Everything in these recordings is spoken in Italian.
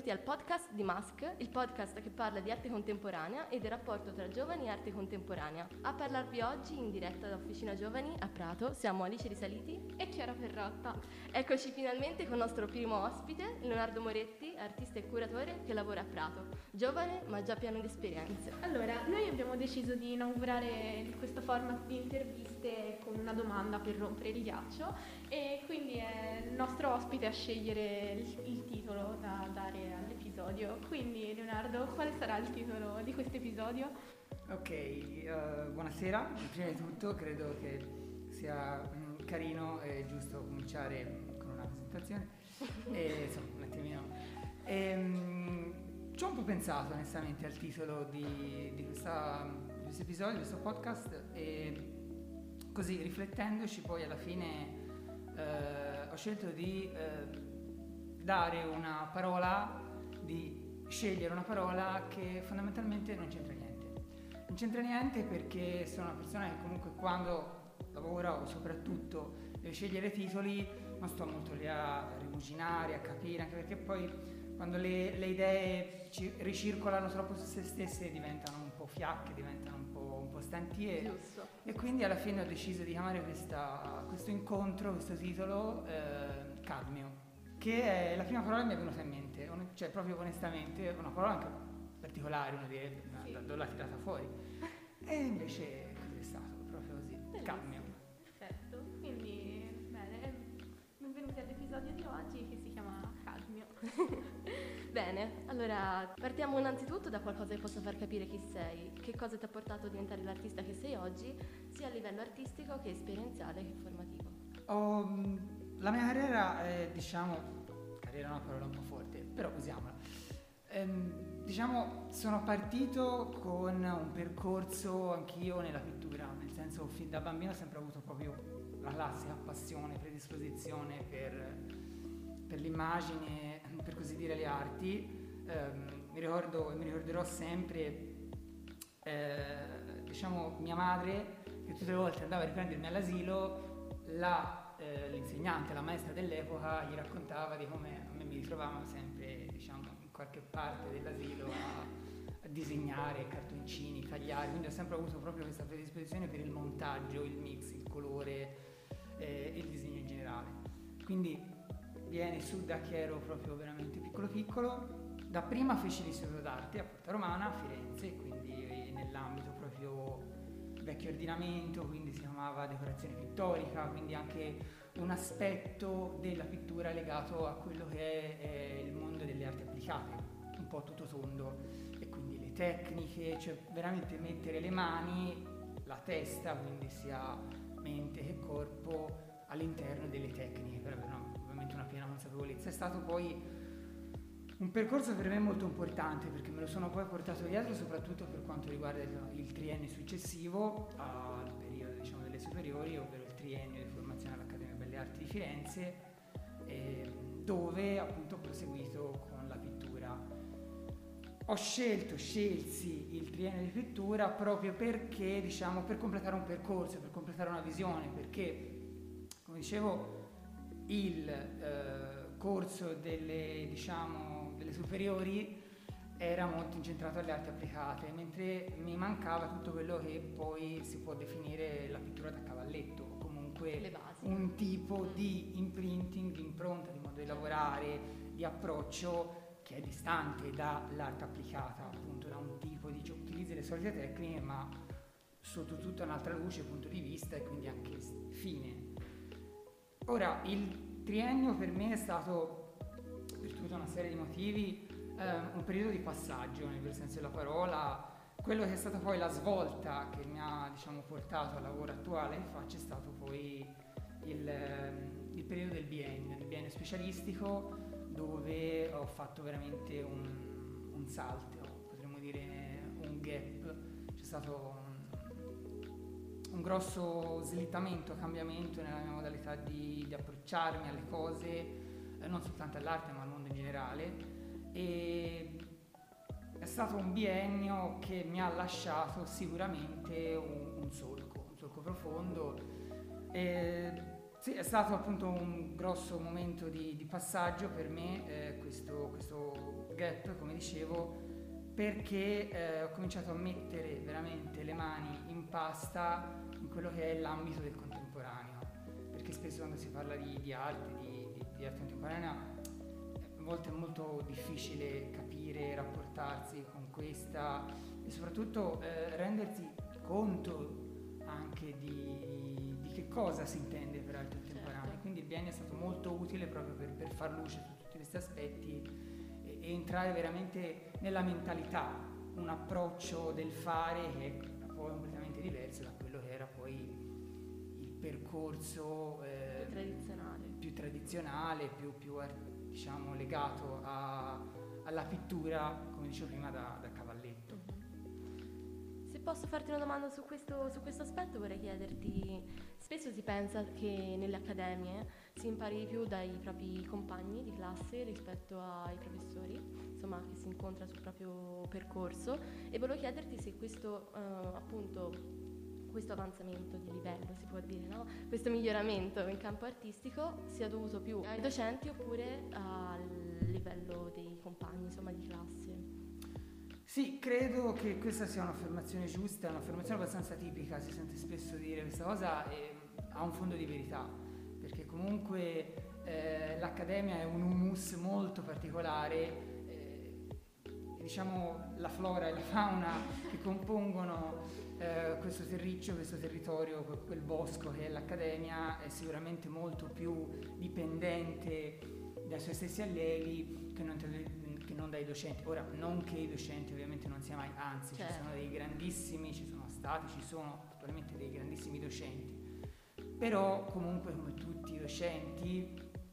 benvenuti al podcast di Mask, il podcast che parla di arte contemporanea e del rapporto tra giovani e arte contemporanea. A parlarvi oggi in diretta da Officina Giovani a Prato siamo Alice Risaliti e Chiara Perrotta. Eccoci finalmente con il nostro primo ospite, Leonardo Moretti, artista e curatore che lavora a Prato, giovane ma già pieno di esperienze. Allora, noi abbiamo deciso di inaugurare questo format di interviste con una domanda per rompere il ghiaccio e quindi è il nostro ospite a scegliere il titolo da dare all'episodio. Quindi Leonardo, quale sarà il titolo di questo episodio? Ok, buonasera. Prima di tutto credo che sia carino e giusto cominciare con una presentazione. Insomma, un attimino. Ci ho un po' pensato onestamente al titolo di questo episodio, di questo podcast, e così riflettendoci poi alla fine ho scelto di dare una parola, di scegliere una parola che fondamentalmente non c'entra niente. Non c'entra niente perché sono una persona che comunque quando lavora o soprattutto deve scegliere titoli non sto molto lì a rimuginare, a capire, anche perché poi quando le idee ricircolano troppo su se stesse diventano un po' fiacche, diventano un po' stantie. Giusto. E quindi alla fine ho deciso di chiamare questo incontro, questo titolo, Cadmio, che è la prima parola che mi è venuta in mente, cioè proprio onestamente, una parola anche particolare, uno direbbe, ma sì. da dove l'ha tirata fuori? E invece così è stato, proprio così, Bellissimo. Cadmio. Perfetto, quindi bene, benvenuti all'episodio di oggi che si chiama Cadmio. Bene, allora partiamo innanzitutto da qualcosa che possa far capire chi sei, che cosa ti ha portato a diventare l'artista che sei oggi, sia a livello artistico che esperienziale che formativo. La mia carriera è, carriera è una parola un po' forte, però usiamola. Sono partito con un percorso anch'io nella pittura, nel senso fin da bambino ho sempre avuto proprio la classica passione, predisposizione per l'immagine, per così dire le arti. Mi ricordo e mi ricorderò sempre mia madre che tutte le volte andava a riprendermi all'asilo, l'insegnante, la maestra dell'epoca gli raccontava di come a me mi ritrovavano sempre in qualche parte dell'asilo a disegnare cartoncini, tagliare, quindi ho sempre avuto proprio questa predisposizione per il montaggio, il mix, il colore e il disegno in generale. Quindi viene su da che ero proprio veramente piccolo. Dapprima feci l'istituto d'arte a Porta Romana, a Firenze, quindi nell'ambito proprio vecchio ordinamento, quindi si chiamava decorazione pittorica, quindi anche un aspetto della pittura legato a quello che è il mondo delle arti applicate, un po' tutto tondo, e quindi le tecniche, cioè veramente mettere le mani, la testa, quindi sia mente che corpo, all'interno delle tecniche per avere ovviamente una piena consapevolezza. È stato poi un percorso per me molto importante perché me lo sono poi portato dietro soprattutto per quanto riguarda il triennio successivo al periodo delle superiori, ovvero il triennio di formazione all'Accademia Belle Arti di Firenze, dove appunto ho proseguito con la pittura. Scelsi il triennio di pittura proprio perché, per completare un percorso, per completare una visione, perché come dicevo il corso delle superiori era molto incentrato alle arti applicate, mentre mi mancava tutto quello che poi si può definire la pittura da cavalletto, o comunque le basi. un tipo di imprinting, di impronta, di modo di lavorare, di approccio che è distante dall'arte applicata, appunto da un tipo di utilizzi le solite tecniche, ma sotto tutta un'altra luce, punto di vista e quindi anche fine. Ora, il triennio per me è stato, per tutta una serie di motivi, un periodo di passaggio, nel vero senso della parola. Quello che è stata poi la svolta che mi ha portato al lavoro attuale che faccio è stato poi il periodo del biennio specialistico, dove ho fatto veramente un salto, potremmo dire un gap. C'è stato un grosso slittamento, cambiamento nella mia modalità di approcciarmi alle cose, non soltanto all'arte ma al mondo in generale, e è stato un biennio che mi ha lasciato sicuramente un solco profondo, Sì, è stato appunto un grosso momento di passaggio per me, questo gap, come dicevo, perché ho cominciato a mettere veramente le mani in pasta in quello che è l'ambito del contemporaneo, perché spesso quando si parla di arte, di arte contemporanea, a volte è molto difficile capire, rapportarsi con questa e soprattutto rendersi conto anche di che cosa si intende per arte contemporanea. Certo. Quindi il biennio è stato molto utile proprio per far luce su tutti questi aspetti e entrare veramente nella mentalità, un approccio del fare che è poi completamente diverso da quello che era poi il percorso più tradizionale, diciamo legato alla pittura, come dicevo prima, da cavalletto. Se posso farti una domanda su questo aspetto, vorrei chiederti, spesso si pensa che nelle accademie si impari di più dai propri compagni di classe rispetto ai professori, insomma, che si incontra sul proprio percorso, e volevo chiederti se questo avanzamento di livello, si può dire, no? Questo miglioramento in campo artistico sia dovuto più ai docenti oppure al livello dei compagni, insomma, di classe. Sì, credo che questa sia un'affermazione giusta, è un'affermazione abbastanza tipica, si sente spesso dire questa cosa e ha un fondo di verità, perché comunque l'accademia è un humus molto particolare, diciamo la flora e la fauna che compongono questo terriccio, questo territorio, quel bosco che è l'accademia è sicuramente molto più dipendente dai suoi stessi allievi che non dai docenti. Ora, non che i docenti ovviamente non sia mai, anzi certo. Ci sono dei grandissimi, ci sono attualmente dei grandissimi docenti, però comunque come tutti i docenti,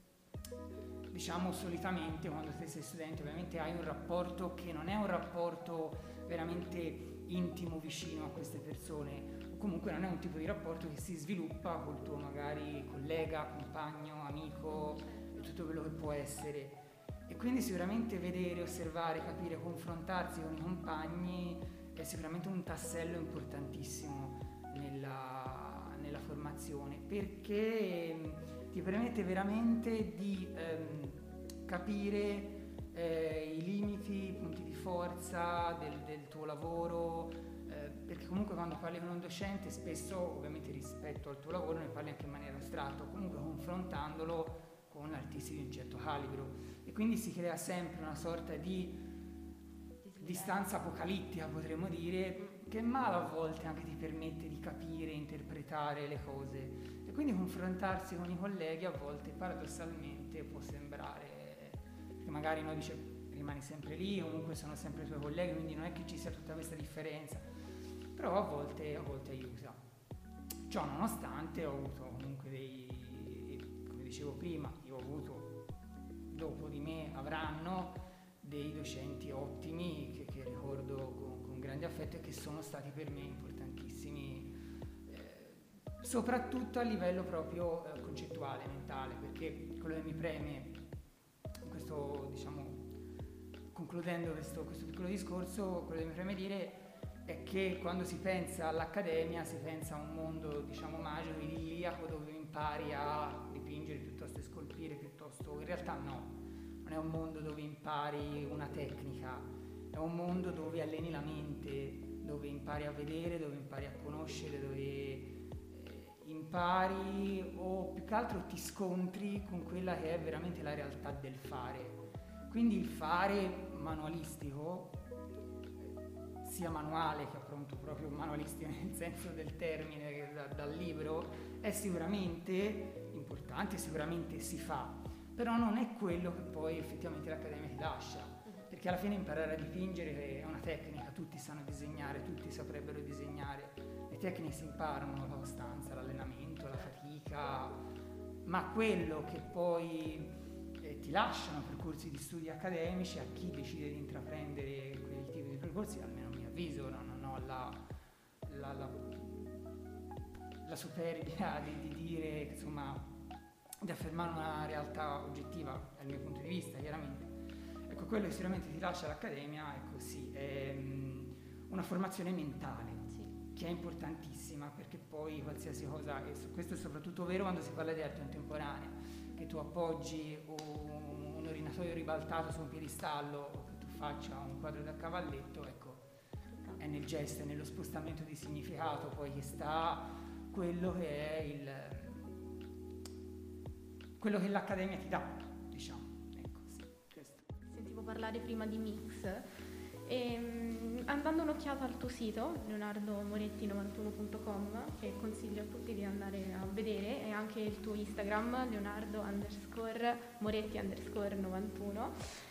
diciamo solitamente quando sei studente ovviamente hai un rapporto che non è un rapporto veramente intimo, vicino a queste persone, o comunque non è un tipo di rapporto che si sviluppa col tuo magari collega, compagno, amico e tutto quello che può essere. E quindi sicuramente vedere, osservare, capire, confrontarsi con i compagni è sicuramente un tassello importantissimo nella formazione, perché ti permette veramente di capire i limiti, i punti di forza del tuo lavoro, perché comunque quando parli con un docente spesso ovviamente rispetto al tuo lavoro ne parli anche in maniera astratta, comunque confrontandolo con artisti di un certo calibro, e quindi si crea sempre una sorta di distanza apocalittica, potremmo dire, che male a volte anche ti permette di capire, interpretare le cose, e quindi confrontarsi con i colleghi a volte paradossalmente può sembrare che magari no, dice rimani sempre lì, comunque sono sempre i tuoi colleghi, quindi non è che ci sia tutta questa differenza, però a volte aiuta. Ciò nonostante ho avuto comunque come dicevo prima, io ho avuto, dopo di me avranno dei docenti ottimi che ricordo con grande affetto e che sono stati per me importantissimi, soprattutto a livello proprio concettuale, mentale, perché quello che mi preme, questo, diciamo, concludendo questo piccolo discorso, quello che mi preme dire è che quando si pensa all'accademia si pensa a un mondo, diciamo, magico, idilliaco, dove impari a dipingere piuttosto che scolpire, piuttosto, in realtà no, non è un mondo dove impari una tecnica, è un mondo dove alleni la mente, dove impari a vedere, dove impari a conoscere, dove impari o più che altro ti scontri con quella che è veramente la realtà del fare. Quindi il fare manualistico, sia manuale che appunto proprio manualistico nel senso del termine, dal libro, è sicuramente importante, sicuramente si fa, però non è quello che poi effettivamente l'accademia ti lascia, perché alla fine imparare a dipingere è una tecnica, tutti sanno disegnare, tutti saprebbero disegnare, le tecniche si imparano, la costanza, l'allenamento, la fatica, ma quello che poi ti lasciano percorsi di studi accademici, a chi decide di intraprendere quel tipo di percorsi, almeno a mio avviso, non ho la superbia di dire, insomma, di affermare una realtà oggettiva dal mio punto di vista, chiaramente. Ecco, quello che sicuramente ti lascia l'accademia, ecco sì, è una formazione mentale. Sì. che è importantissima, perché poi qualsiasi cosa, e questo è soprattutto vero quando si parla di arte contemporanea, che tu appoggi un ordinatorio ribaltato su un piedistallo o che tu faccia un quadro da cavalletto, ecco, è nel gesto, è nello spostamento di significato poi che sta quello che è quello che l'accademia ti dà, diciamo. Ecco, sì, questo. Sentivo parlare prima di mix e andando un'occhiata al tuo sito leonardomoretti91.com, che consiglio a tutti di andare a vedere, e anche il tuo Instagram leonardo_moretti_91,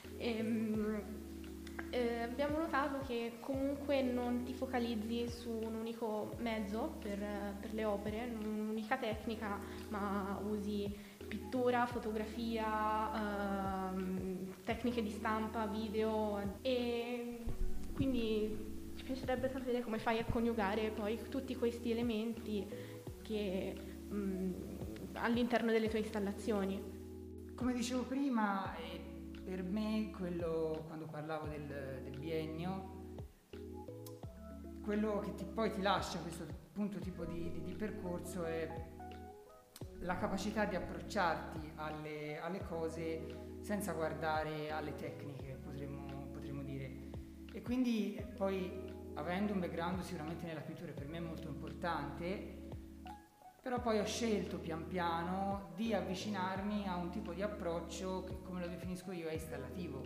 abbiamo notato che comunque non ti focalizzi su un unico mezzo per le opere, un'unica tecnica, ma usi pittura, fotografia, tecniche di stampa, video, e quindi ci piacerebbe sapere come fai a coniugare poi tutti questi elementi che all'interno delle tue installazioni. Come dicevo prima, per me quando parlavo del biennio, quello che poi ti lascia questo appunto tipo di percorso è la capacità di approcciarti alle cose senza guardare alle tecniche, potremmo dire. E quindi poi, avendo un background sicuramente nella pittura, per me è molto importante, però poi ho scelto pian piano di avvicinarmi a un tipo di approccio che, come lo definisco io, è installativo.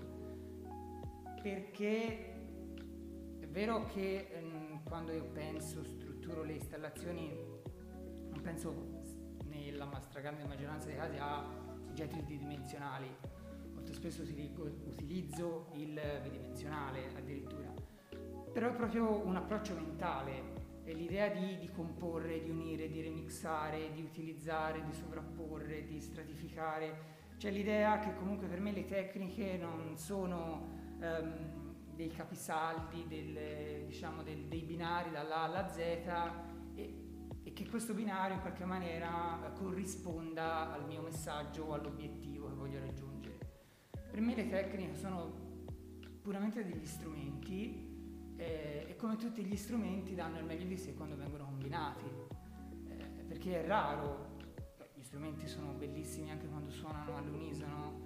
Perché è vero che quando io strutturo le installazioni, non penso nella stragrande maggioranza dei casi a soggetti tridimensionali, molto spesso utilizzo il bidimensionale addirittura, però è proprio un approccio mentale, è l'idea di comporre, di unire, di remixare, di utilizzare, di sovrapporre, di stratificare, cioè l'idea che comunque per me le tecniche non sono dei capisaldi, dei binari dall'A alla Z, e che questo binario in qualche maniera corrisponda al mio messaggio o all'obiettivo che voglio raggiungere. Per me le tecniche sono puramente degli strumenti, e come tutti gli strumenti danno il meglio di sé quando vengono combinati, perché è raro, gli strumenti sono bellissimi anche quando suonano all'unisono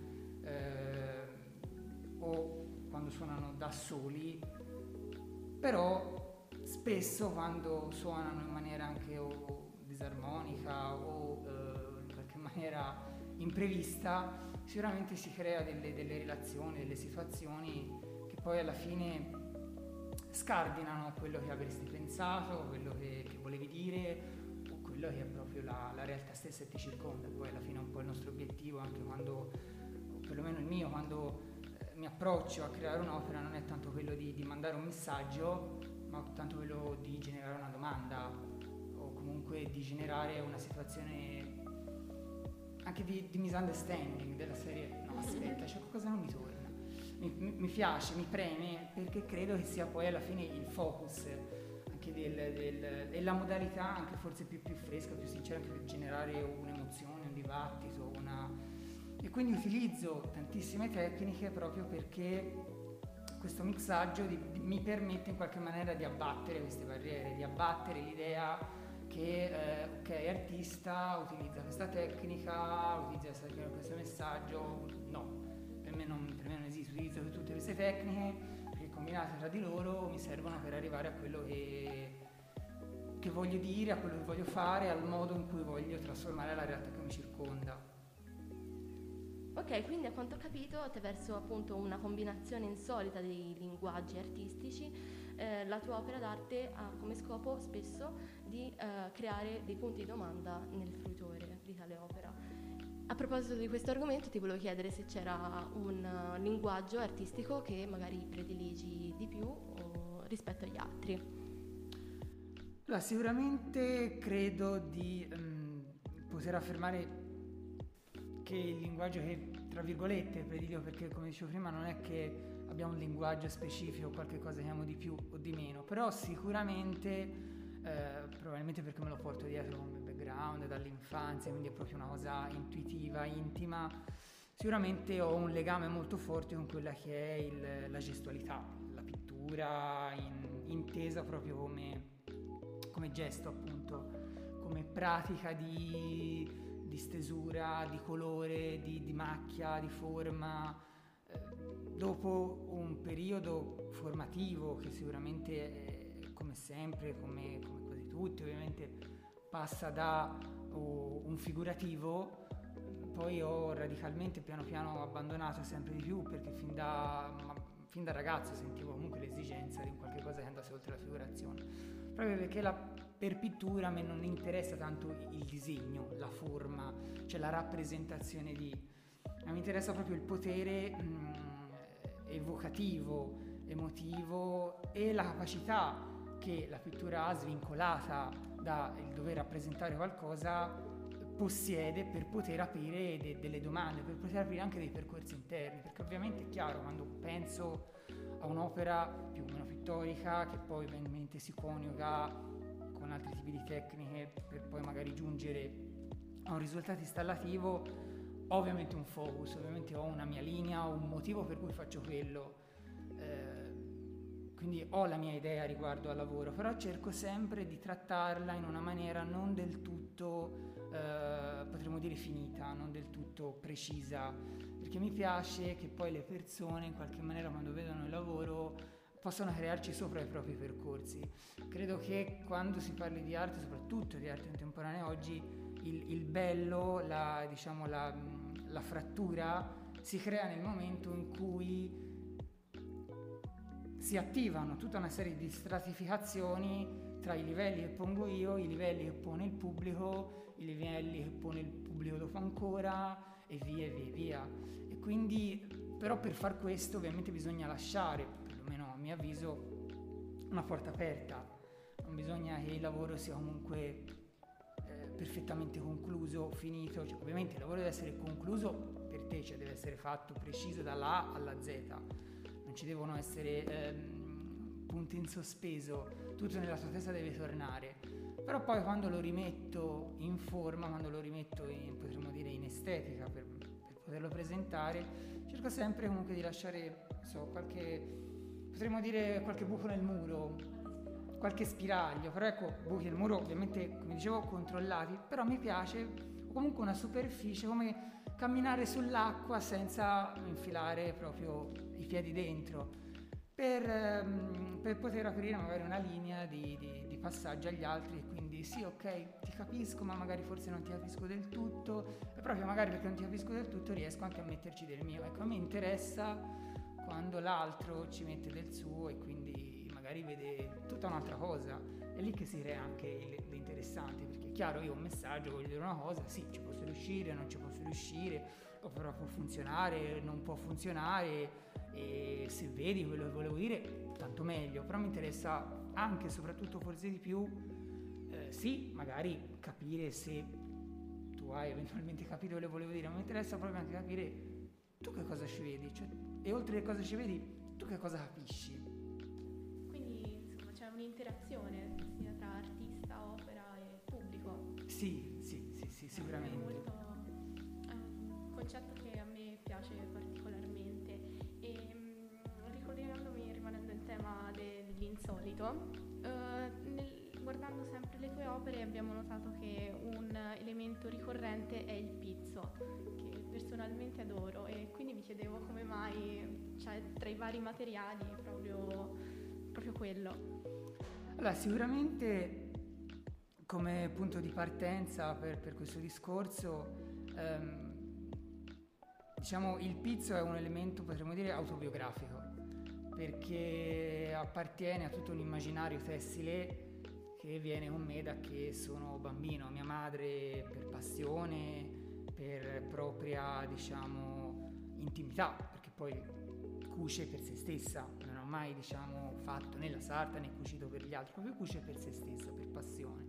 o quando suonano da soli, però spesso quando suonano in maniera anche o disarmonica o in qualche maniera imprevista, sicuramente si crea delle relazioni, delle situazioni che poi alla fine scardinano quello che avresti pensato, quello che volevi dire o quello che è proprio la realtà stessa che ti circonda. Poi alla fine è un po' il nostro obiettivo, anche quando, o perlomeno il mio, quando mi approccio a creare un'opera, non è tanto quello di mandare un messaggio, ma tanto quello di generare una domanda o comunque di generare una situazione anche di misunderstanding, della serie no aspetta, c'è qualcosa che non mi torna, mi piace, mi preme, perché credo che sia poi alla fine il focus anche e la modalità anche forse più fresca, più sincera, anche per generare un'emozione, un dibattito, e quindi utilizzo tantissime tecniche proprio perché questo mixaggio mi permette in qualche maniera di abbattere queste barriere, di abbattere l'idea che ok, artista, utilizza questa tecnica, utilizza questo messaggio. No, per me non esiste. Utilizzo tutte queste tecniche perché combinate tra di loro mi servono per arrivare a quello che voglio dire, a quello che voglio fare, al modo in cui voglio trasformare la realtà che mi circonda. Ok, quindi a quanto ho capito, attraverso appunto una combinazione insolita dei linguaggi artistici, la tua opera d'arte ha come scopo spesso di creare dei punti di domanda nel fruitore di tale opera. A proposito di questo argomento ti volevo chiedere se c'era un linguaggio artistico che magari prediligi di più rispetto agli altri. Allora, sicuramente credo di poter affermare che il linguaggio che, tra virgolette, prediligo, perché come dicevo prima non è che abbiamo un linguaggio specifico, qualche cosa che amo di più o di meno, però sicuramente, probabilmente perché me lo porto dietro come background dall'infanzia, quindi è proprio una cosa intuitiva, intima, sicuramente ho un legame molto forte con quella che è la gestualità, la pittura intesa proprio come come gesto appunto, come pratica di stesura, di colore, di macchia, di forma. Dopo un periodo formativo che sicuramente, come sempre, come quasi tutti ovviamente, passa da un figurativo, poi ho radicalmente piano piano abbandonato sempre di più, perché fin da ragazzo sentivo comunque l'esigenza di un qualche cosa che andasse oltre la figurazione, proprio perché per pittura a me non interessa tanto il disegno, la forma, cioè la rappresentazione ma mi interessa proprio il potere evocativo, emotivo, e la capacità che la pittura ha, svincolata dal dover rappresentare qualcosa, possiede per poter aprire delle domande, per poter aprire anche dei percorsi interni, perché ovviamente è chiaro, quando penso a un'opera più o meno pittorica che poi ovviamente si coniuga con altri tipi di tecniche per poi magari giungere a un risultato installativo, ho ovviamente un focus, ovviamente ho una mia linea, ho un motivo per cui faccio quello, quindi ho la mia idea riguardo al lavoro, però cerco sempre di trattarla in una maniera non del tutto, potremmo dire, finita, non del tutto precisa, perché mi piace che poi le persone in qualche maniera, quando vedono il lavoro, possano crearci sopra i propri percorsi. Credo che quando si parli di arte, soprattutto di arte contemporanea oggi, il bello, la frattura si crea nel momento in cui si attivano tutta una serie di stratificazioni tra i livelli che pongo io, i livelli che pone il pubblico, i livelli che pone il pubblico dopo ancora, e via e via e via. E quindi, però, per far questo ovviamente bisogna lasciare, perlomeno a mio avviso, una porta aperta. Non bisogna che il lavoro sia comunque perfettamente concluso, finito, cioè, ovviamente il lavoro deve essere concluso per te, cioè deve essere fatto preciso dalla A alla Z, non ci devono essere punti in sospeso, tutto nella tua testa deve tornare, però poi quando lo rimetto in forma, quando lo rimetto potremmo dire in estetica per poterlo presentare, cerco sempre comunque di lasciare, potremmo dire qualche buco nel muro, qualche spiraglio, però ecco, buchi nel muro ovviamente, come dicevo, controllati, però mi piace comunque una superficie, come camminare sull'acqua senza infilare proprio i piedi dentro, per poter aprire magari una linea di passaggio agli altri, e quindi sì, ok, ti capisco, ma magari forse non ti capisco del tutto, e proprio magari perché non ti capisco del tutto riesco anche a metterci del mio. Ecco, a me interessa quando l'altro ci mette del suo e quindi magari vede tutta un'altra cosa, è lì che si crea anche l'interessante, perché è chiaro, io ho un messaggio, voglio dire una cosa, sì, ci posso riuscire, non ci posso riuscire, o però può funzionare, non può funzionare, e se vedi quello che volevo dire tanto meglio, però mi interessa anche, soprattutto forse di più, sì, magari capire se tu hai eventualmente capito quello che volevo dire, ma mi interessa proprio anche capire tu che cosa ci vedi, cioè, e oltre che cosa ci vedi, tu che cosa capisci. Quindi insomma c'è un'interazione sia tra artista, opera e pubblico. Sì, sicuramente. È un concetto che a me piace particolarmente, e rimanendo in tema dell'insolito, guardando sempre le tue opere abbiamo notato che un elemento ricorrente è il pizzo, che personalmente adoro, e quindi mi chiedevo come mai, cioè, tra i vari materiali proprio quello. Allora, sicuramente come punto di partenza per questo discorso, diciamo, il pizzo è un elemento, potremmo dire, autobiografico, perché appartiene a tutto un immaginario tessile che viene con me da che sono bambino. Mia madre, per passione, per propria, diciamo, intimità, perché poi cuce per se stessa, non ho mai, diciamo, fatto né la sarta né cucito per gli altri, proprio cuce per se stessa, per passione.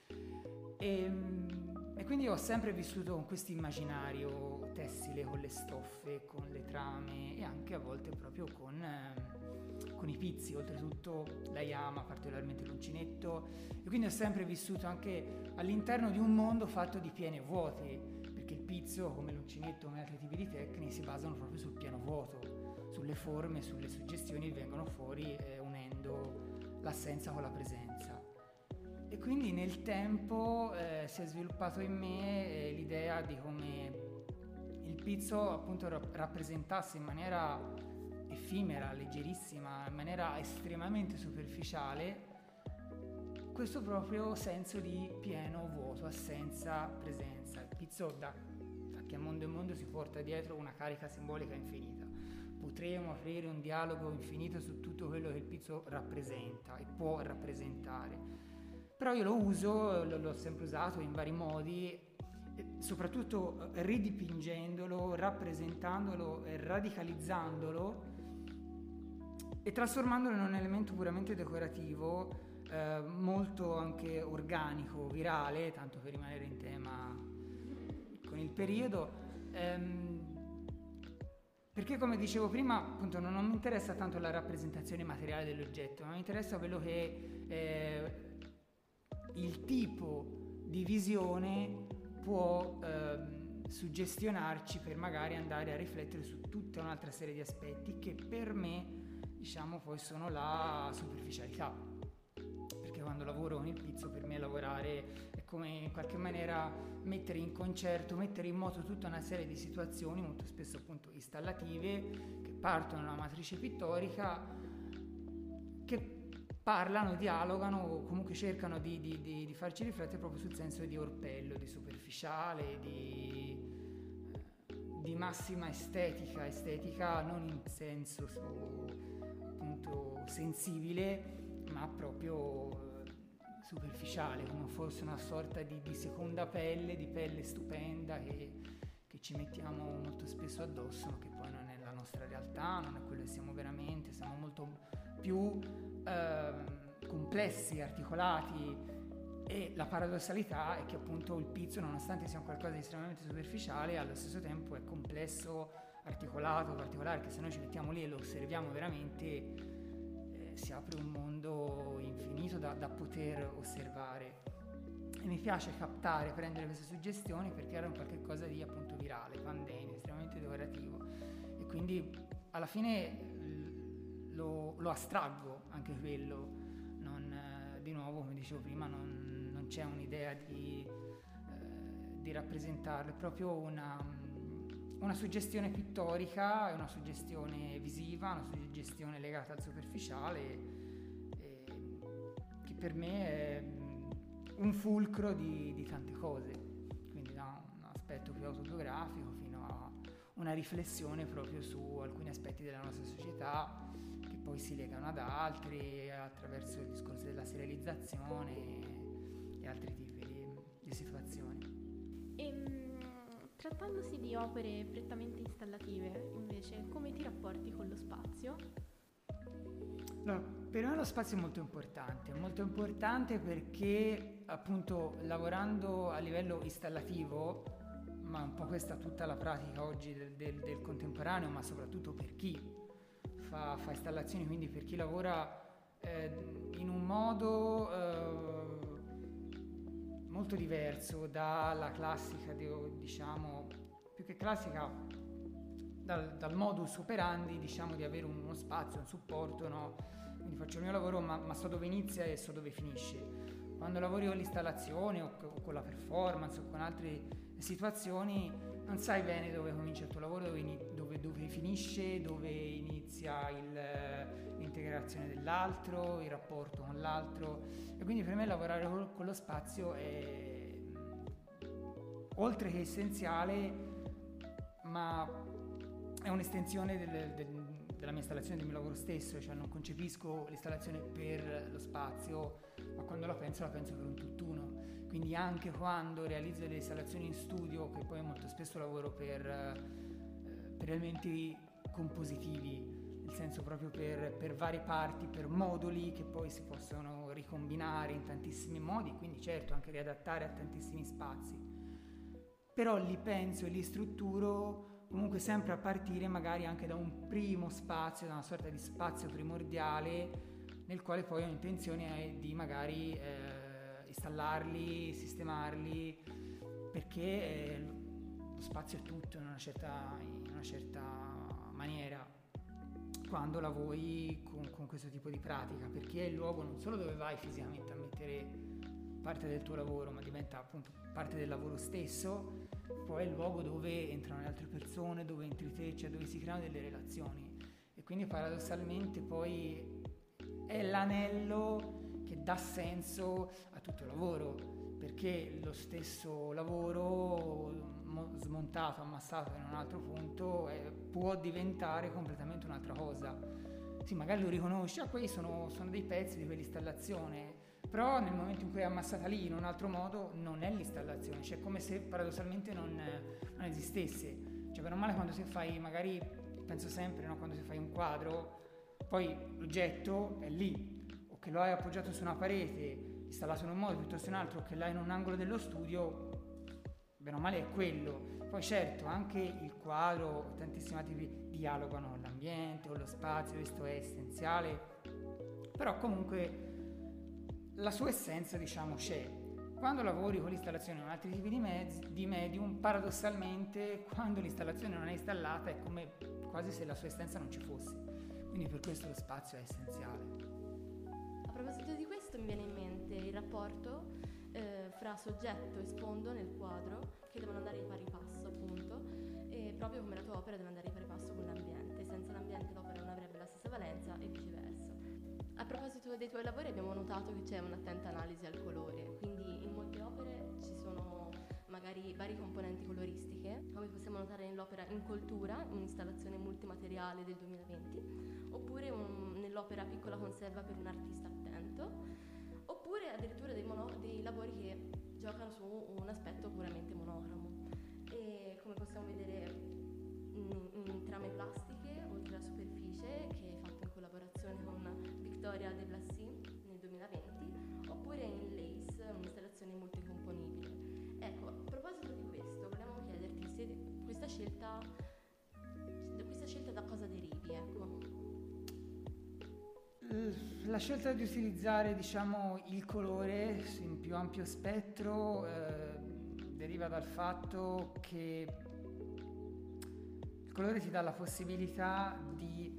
E quindi ho sempre vissuto con questo immaginario tessile, con le stoffe, con le trame, e anche a volte proprio con i pizzi. Oltretutto lei ama particolarmente l'uncinetto, e quindi ho sempre vissuto anche all'interno di un mondo fatto di pieni e vuoti, perché il pizzo, come l'uncinetto, come altri tipi di tecniche, si basano proprio sul piano vuoto, sulle forme, sulle suggestioni che vengono fuori, unendo l'assenza con la presenza. E quindi nel tempo si è sviluppato in me l'idea di come il pizzo appunto rappresentasse in maniera effimera, leggerissima, in maniera estremamente superficiale questo proprio senso di pieno vuoto, assenza, presenza. Il pizzo da che a mondo in mondo si porta dietro una carica simbolica infinita. Potremo aprire un dialogo infinito su tutto quello che il pizzo rappresenta e può rappresentare. Però io lo uso, l'ho sempre usato in vari modi, soprattutto ridipingendolo, rappresentandolo, radicalizzandolo e trasformandolo in un elemento puramente decorativo, molto anche organico, virale, tanto per rimanere in tema con il periodo, perché come dicevo prima appunto non mi interessa tanto la rappresentazione materiale dell'oggetto, ma mi interessa quello che il tipo di visione può suggestionarci per magari andare a riflettere su tutta un'altra serie di aspetti che per me, diciamo, poi sono la superficialità. Perché quando lavoro con il pizzo, per me lavorare è come in qualche maniera mettere in concerto, mettere in moto tutta una serie di situazioni, molto spesso appunto installative, che partono da una matrice pittorica, che parlano, dialogano o comunque cercano di farci riflettere proprio sul senso di orpello, di superficiale, di massima estetica non in senso appunto sensibile, ma proprio superficiale, come fosse una sorta di seconda pelle, di pelle stupenda che ci mettiamo molto spesso addosso, ma che poi non è la nostra realtà, non è quello che siamo veramente, siamo molto più complessi, articolati. E la paradossalità è che appunto il pizzo, nonostante sia un qualcosa di estremamente superficiale, allo stesso tempo è complesso, articolato, particolare, che se noi ci mettiamo lì e lo osserviamo veramente si apre un mondo infinito da poter osservare. E mi piace captare, prendere queste suggestioni perché era un qualche cosa di appunto virale, pandemico, estremamente decorativo, e quindi alla fine lo astraggo anche quello. Di nuovo, come dicevo prima, non c'è un'idea di rappresentarlo, è proprio una suggestione pittorica, è una suggestione visiva, una suggestione legata al superficiale, che per me è un fulcro di tante cose, quindi da un aspetto più autobiografico fino a una riflessione proprio su alcuni aspetti della nostra società che poi si legano ad altri attraverso il discorso della serializzazione e altri tipi di situazioni. Trattandosi di opere prettamente installative, invece, come ti rapporti con lo spazio? Allora, per me lo spazio è molto importante perché appunto lavorando a livello installativo, ma un po' questa tutta la pratica oggi del contemporaneo, ma soprattutto per chi fa installazioni, quindi per chi lavora in un modo molto diverso dalla classica, diciamo, più che classica, dal modus operandi, diciamo, di avere uno spazio, un supporto, no? Quindi faccio il mio lavoro, ma so dove inizia e so dove finisce. Quando lavori con l'installazione o con la performance o con altre situazioni, non sai bene dove comincia il tuo lavoro, dove finisce, dove inizia l'integrazione dell'altro, il rapporto con l'altro. E quindi per me lavorare con lo spazio è oltre che essenziale, ma è un'estensione della mia installazione, del mio lavoro stesso, cioè non concepisco l'installazione per lo spazio, ma quando la penso per un tutt'uno. Quindi anche quando realizzo delle installazioni in studio, che poi molto spesso lavoro per elementi compositivi, nel senso proprio per varie parti, per moduli che poi si possono ricombinare in tantissimi modi, quindi certo anche riadattare a tantissimi spazi. Però li penso e li strutturo comunque sempre a partire magari anche da un primo spazio, da una sorta di spazio primordiale nel quale poi ho intenzione di magari installarli, sistemarli, perché lo spazio è tutto in una certa maniera quando lavori con questo tipo di pratica, perché è il luogo non solo dove vai fisicamente a mettere parte del tuo lavoro, ma diventa appunto parte del lavoro stesso, poi è il luogo dove entrano le altre persone, dove entri te, cioè dove si creano delle relazioni. E quindi paradossalmente poi è l'anello che dà senso a tutto il lavoro, perché lo stesso lavoro smontato, ammassato in un altro punto può diventare completamente un'altra cosa. Sì, magari lo riconosci, quei sono dei pezzi di quell'installazione, però nel momento in cui è ammassata lì in un altro modo non è l'installazione, cioè come se paradossalmente non esistesse. Cioè per male quando si fai, magari penso sempre, no? Quando si fai un quadro, poi l'oggetto è lì, o che lo hai appoggiato su una parete, installato in un modo piuttosto in un altro, o che l'hai in un angolo dello studio, bene o male è quello. Poi certo, anche il quadro, tantissimi tipi dialogano con l'ambiente, con lo spazio, questo è essenziale, però comunque la sua essenza, diciamo, c'è. Quando lavori con l'installazione con altri tipi di medium, paradossalmente, quando l'installazione non è installata è come quasi se la sua essenza non ci fosse. Quindi per questo lo spazio è essenziale. A proposito di questo mi viene in mente il rapporto fra soggetto e sfondo nel quadro, che devono andare di pari passo appunto, e proprio come la tua opera deve andare di pari passo con l'ambiente. Senza l'ambiente l'opera non avrebbe la stessa valenza e viceversa. A proposito dei tuoi lavori abbiamo notato che c'è un'attenta analisi al colore, quindi in molte opere ci sono magari varie componenti coloristiche, come possiamo notare nell'opera Incoltura, un'installazione multimateriale del 2020, oppure nell'opera Piccola conserva per un artista attento, oppure addirittura dei lavori che giocano su un aspetto puramente monocromo. E come possiamo vedere in trame plastiche, oltre alla superficie, che è fatto in collaborazione con Victoria de Blassy nel 2020, oppure in Lace, un'installazione multicomponibile. Ecco, a proposito di questo, volevamo chiederti se questa scelta da cosa derivi, ecco. La scelta di utilizzare, diciamo, il colore in più ampio spettro deriva dal fatto che il colore ti dà la possibilità di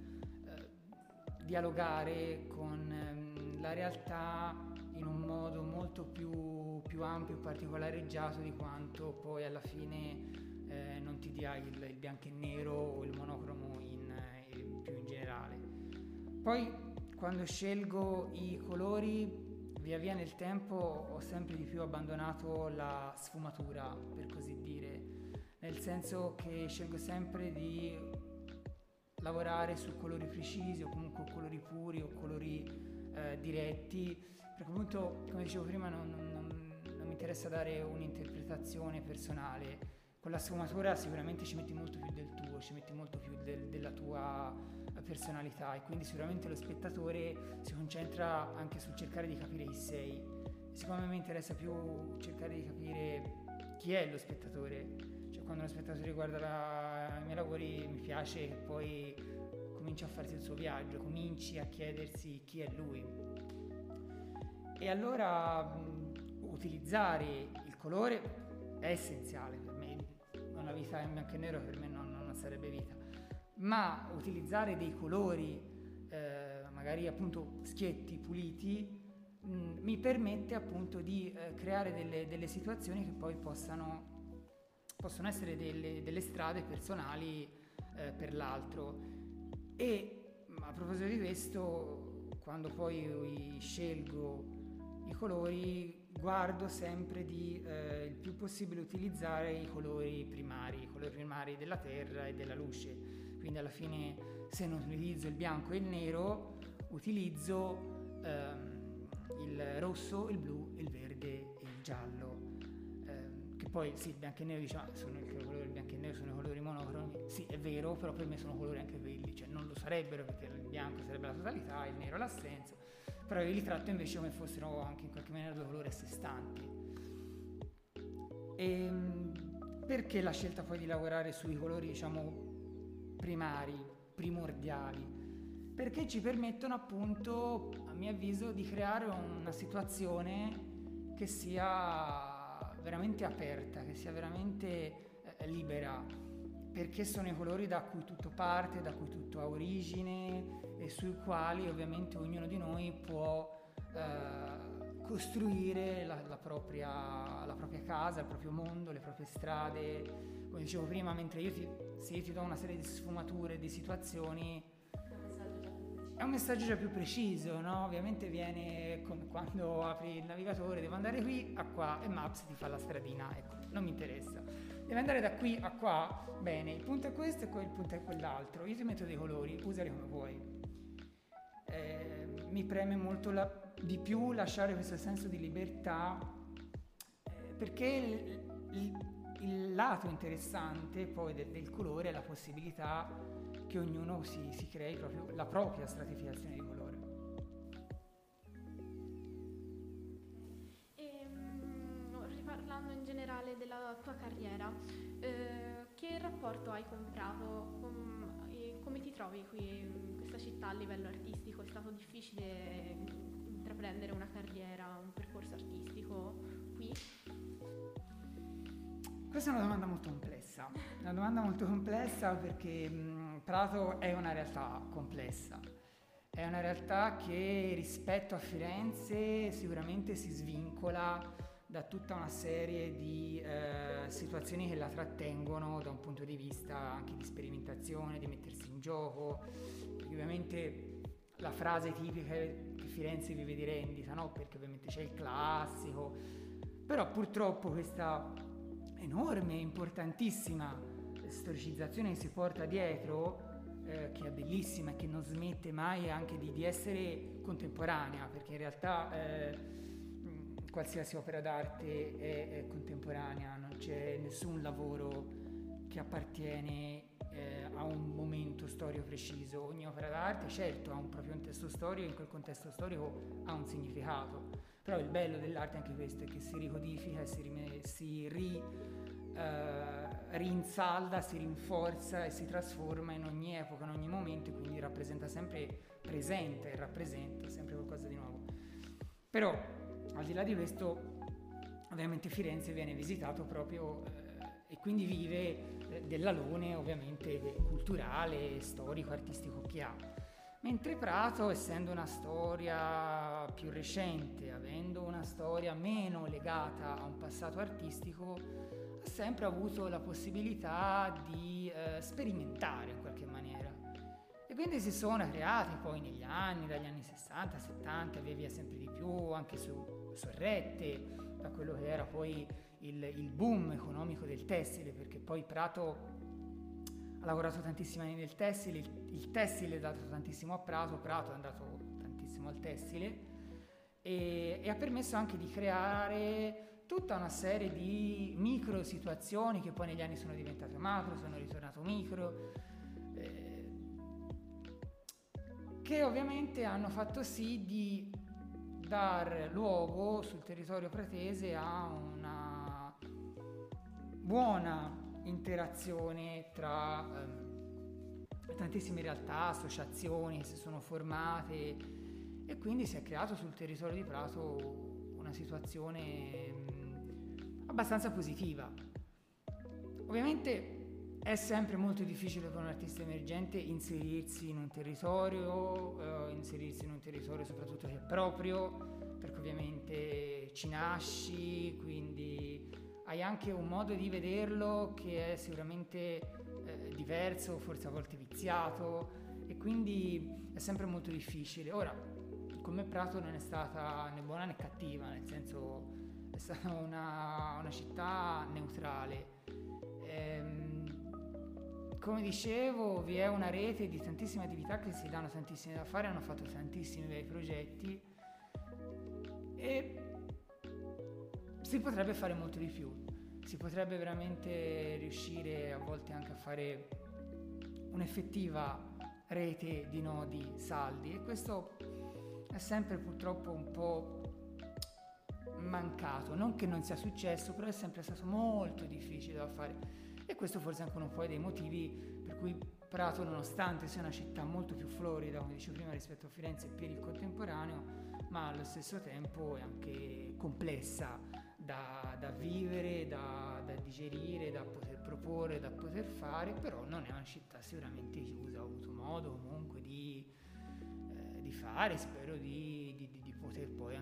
dialogare con la realtà in un modo molto più ampio e particolareggiato di quanto poi alla fine non ti dia il bianco e nero o il monocromo più in generale. Poi quando scelgo i colori, via via nel tempo ho sempre di più abbandonato la sfumatura, per così dire, nel senso che scelgo sempre di lavorare su colori precisi o comunque colori puri o colori diretti, perché appunto, come dicevo prima, non mi interessa dare un'interpretazione personale. Con la sfumatura sicuramente ci metti molto più del tuo, ci metti molto più della tua personalità, e quindi sicuramente lo spettatore si concentra anche sul cercare di capire chi sei. Siccome a me interessa più cercare di capire chi è lo spettatore, cioè quando lo spettatore guarda i miei lavori mi piace che poi comincia a farsi il suo viaggio, cominci a chiedersi chi è lui. E allora utilizzare il colore è essenziale per me. Una vita in bianco e nero per me non sarebbe vita, ma utilizzare dei colori magari appunto schietti, puliti, mi permette appunto di creare delle situazioni che poi possono essere delle strade personali per l'altro. E a proposito di questo, quando poi scelgo i colori, guardo sempre di il più possibile utilizzare i colori primari della terra e della luce. Quindi alla fine, se non utilizzo il bianco e il nero, utilizzo il rosso, il blu, il verde e il giallo. Che poi sì, il bianco e il nero, diciamo, il bianco e il nero sono i colori monocromi. Sì, è vero, però per me sono colori anche quelli, cioè non lo sarebbero, perché il bianco sarebbe la totalità, il nero l'assenza. Però io li tratto invece come fossero anche in qualche maniera due colori a sé stanti. E perché la scelta poi di lavorare sui colori, diciamo, primordiali? Perché ci permettono appunto, a mio avviso, di creare una situazione che sia veramente aperta, che sia veramente libera, perché sono i colori da cui tutto parte, da cui tutto ha origine e sui quali ovviamente ognuno di noi può costruire la propria casa, il proprio mondo, le proprie strade. Come dicevo prima, mentre se io ti do una serie di sfumature, di situazioni, è un messaggio già più preciso, no? Ovviamente viene come quando apri il navigatore, devo andare qui a qua e Maps ti fa la stradina, ecco, non mi interessa. Deve andare da qui a qua, bene, il punto è questo e il punto è quell'altro. Io ti metto dei colori, usali come vuoi. Mi preme molto di più lasciare questo senso di libertà, perché il lato interessante poi del colore è la possibilità che ognuno si crei proprio la propria stratificazione di colore. Riparlando in generale della tua carriera, che rapporto hai con Prato? Come ti trovi qui in questa città a livello artistico? È stato difficile intraprendere una carriera, un percorso artistico qui? Questa è una domanda molto complessa perché Prato è una realtà complessa, è una realtà che rispetto a Firenze sicuramente si svincola da tutta una serie di situazioni che la trattengono da un punto di vista anche di sperimentazione, di mettersi in gioco, perché ovviamente la frase tipica è che Firenze vive di rendita, no? Perché ovviamente c'è il classico, però purtroppo questa enorme, importantissima storicizzazione che si porta dietro, che è bellissima e che non smette mai anche di essere contemporanea, perché in realtà qualsiasi opera d'arte è contemporanea, non c'è nessun lavoro che appartiene a un momento storico preciso. Ogni opera d'arte certo ha un proprio contesto storico e in quel contesto storico ha un significato, però il bello dell'arte è anche questo, è che si ricodifica e si rinsalda, si rinforza e si trasforma in ogni epoca, in ogni momento, e quindi rappresenta sempre presente e rappresenta sempre qualcosa di nuovo. Però al di là di questo, ovviamente Firenze viene visitato proprio e quindi vive dell'alone ovviamente culturale, storico, artistico che ha. Mentre Prato, essendo una storia più recente, avendo una storia meno legata a un passato artistico, ha sempre avuto la possibilità di sperimentare in qualche maniera. E quindi si sono creati poi negli anni, dagli anni 60, 70, via sempre di più, anche sorrette da quello che era poi il boom economico del tessile, perché poi Prato ha lavorato tantissimi anni nel tessile, il tessile è dato tantissimo a Prato è andato tantissimo al tessile e ha permesso anche di creare tutta una serie di micro situazioni che poi negli anni sono diventate macro, sono ritornato micro, che ovviamente hanno fatto sì di dar luogo sul territorio pratese a una buona interazione tra tantissime realtà, associazioni che si sono formate, e quindi si è creato sul territorio di Prato una situazione abbastanza positiva. Ovviamente è sempre molto difficile per un artista emergente inserirsi in un territorio soprattutto che è proprio, perché ovviamente ci nasci, quindi hai anche un modo di vederlo che è sicuramente diverso, forse a volte viziato, e quindi è sempre molto difficile. Ora, come Prato non è stata né buona né cattiva, nel senso è stata una città neutrale. Come dicevo, vi è una rete di tantissime attività che si danno tantissime da fare, hanno fatto tantissimi bei progetti e si potrebbe fare molto di più. Si potrebbe veramente riuscire a volte anche a fare un'effettiva rete di nodi saldi, e questo è sempre purtroppo un po' mancato. Non che non sia successo, però è sempre stato molto difficile da fare. E questo forse è anche un po' dei motivi per cui Prato, nonostante sia una città molto più florida, come dicevo prima, rispetto a Firenze per il contemporaneo, ma allo stesso tempo è anche complessa da vivere, da digerire, da poter proporre, da poter fare, però non è una città sicuramente chiusa. Ho avuto modo comunque di fare, spero di poter poi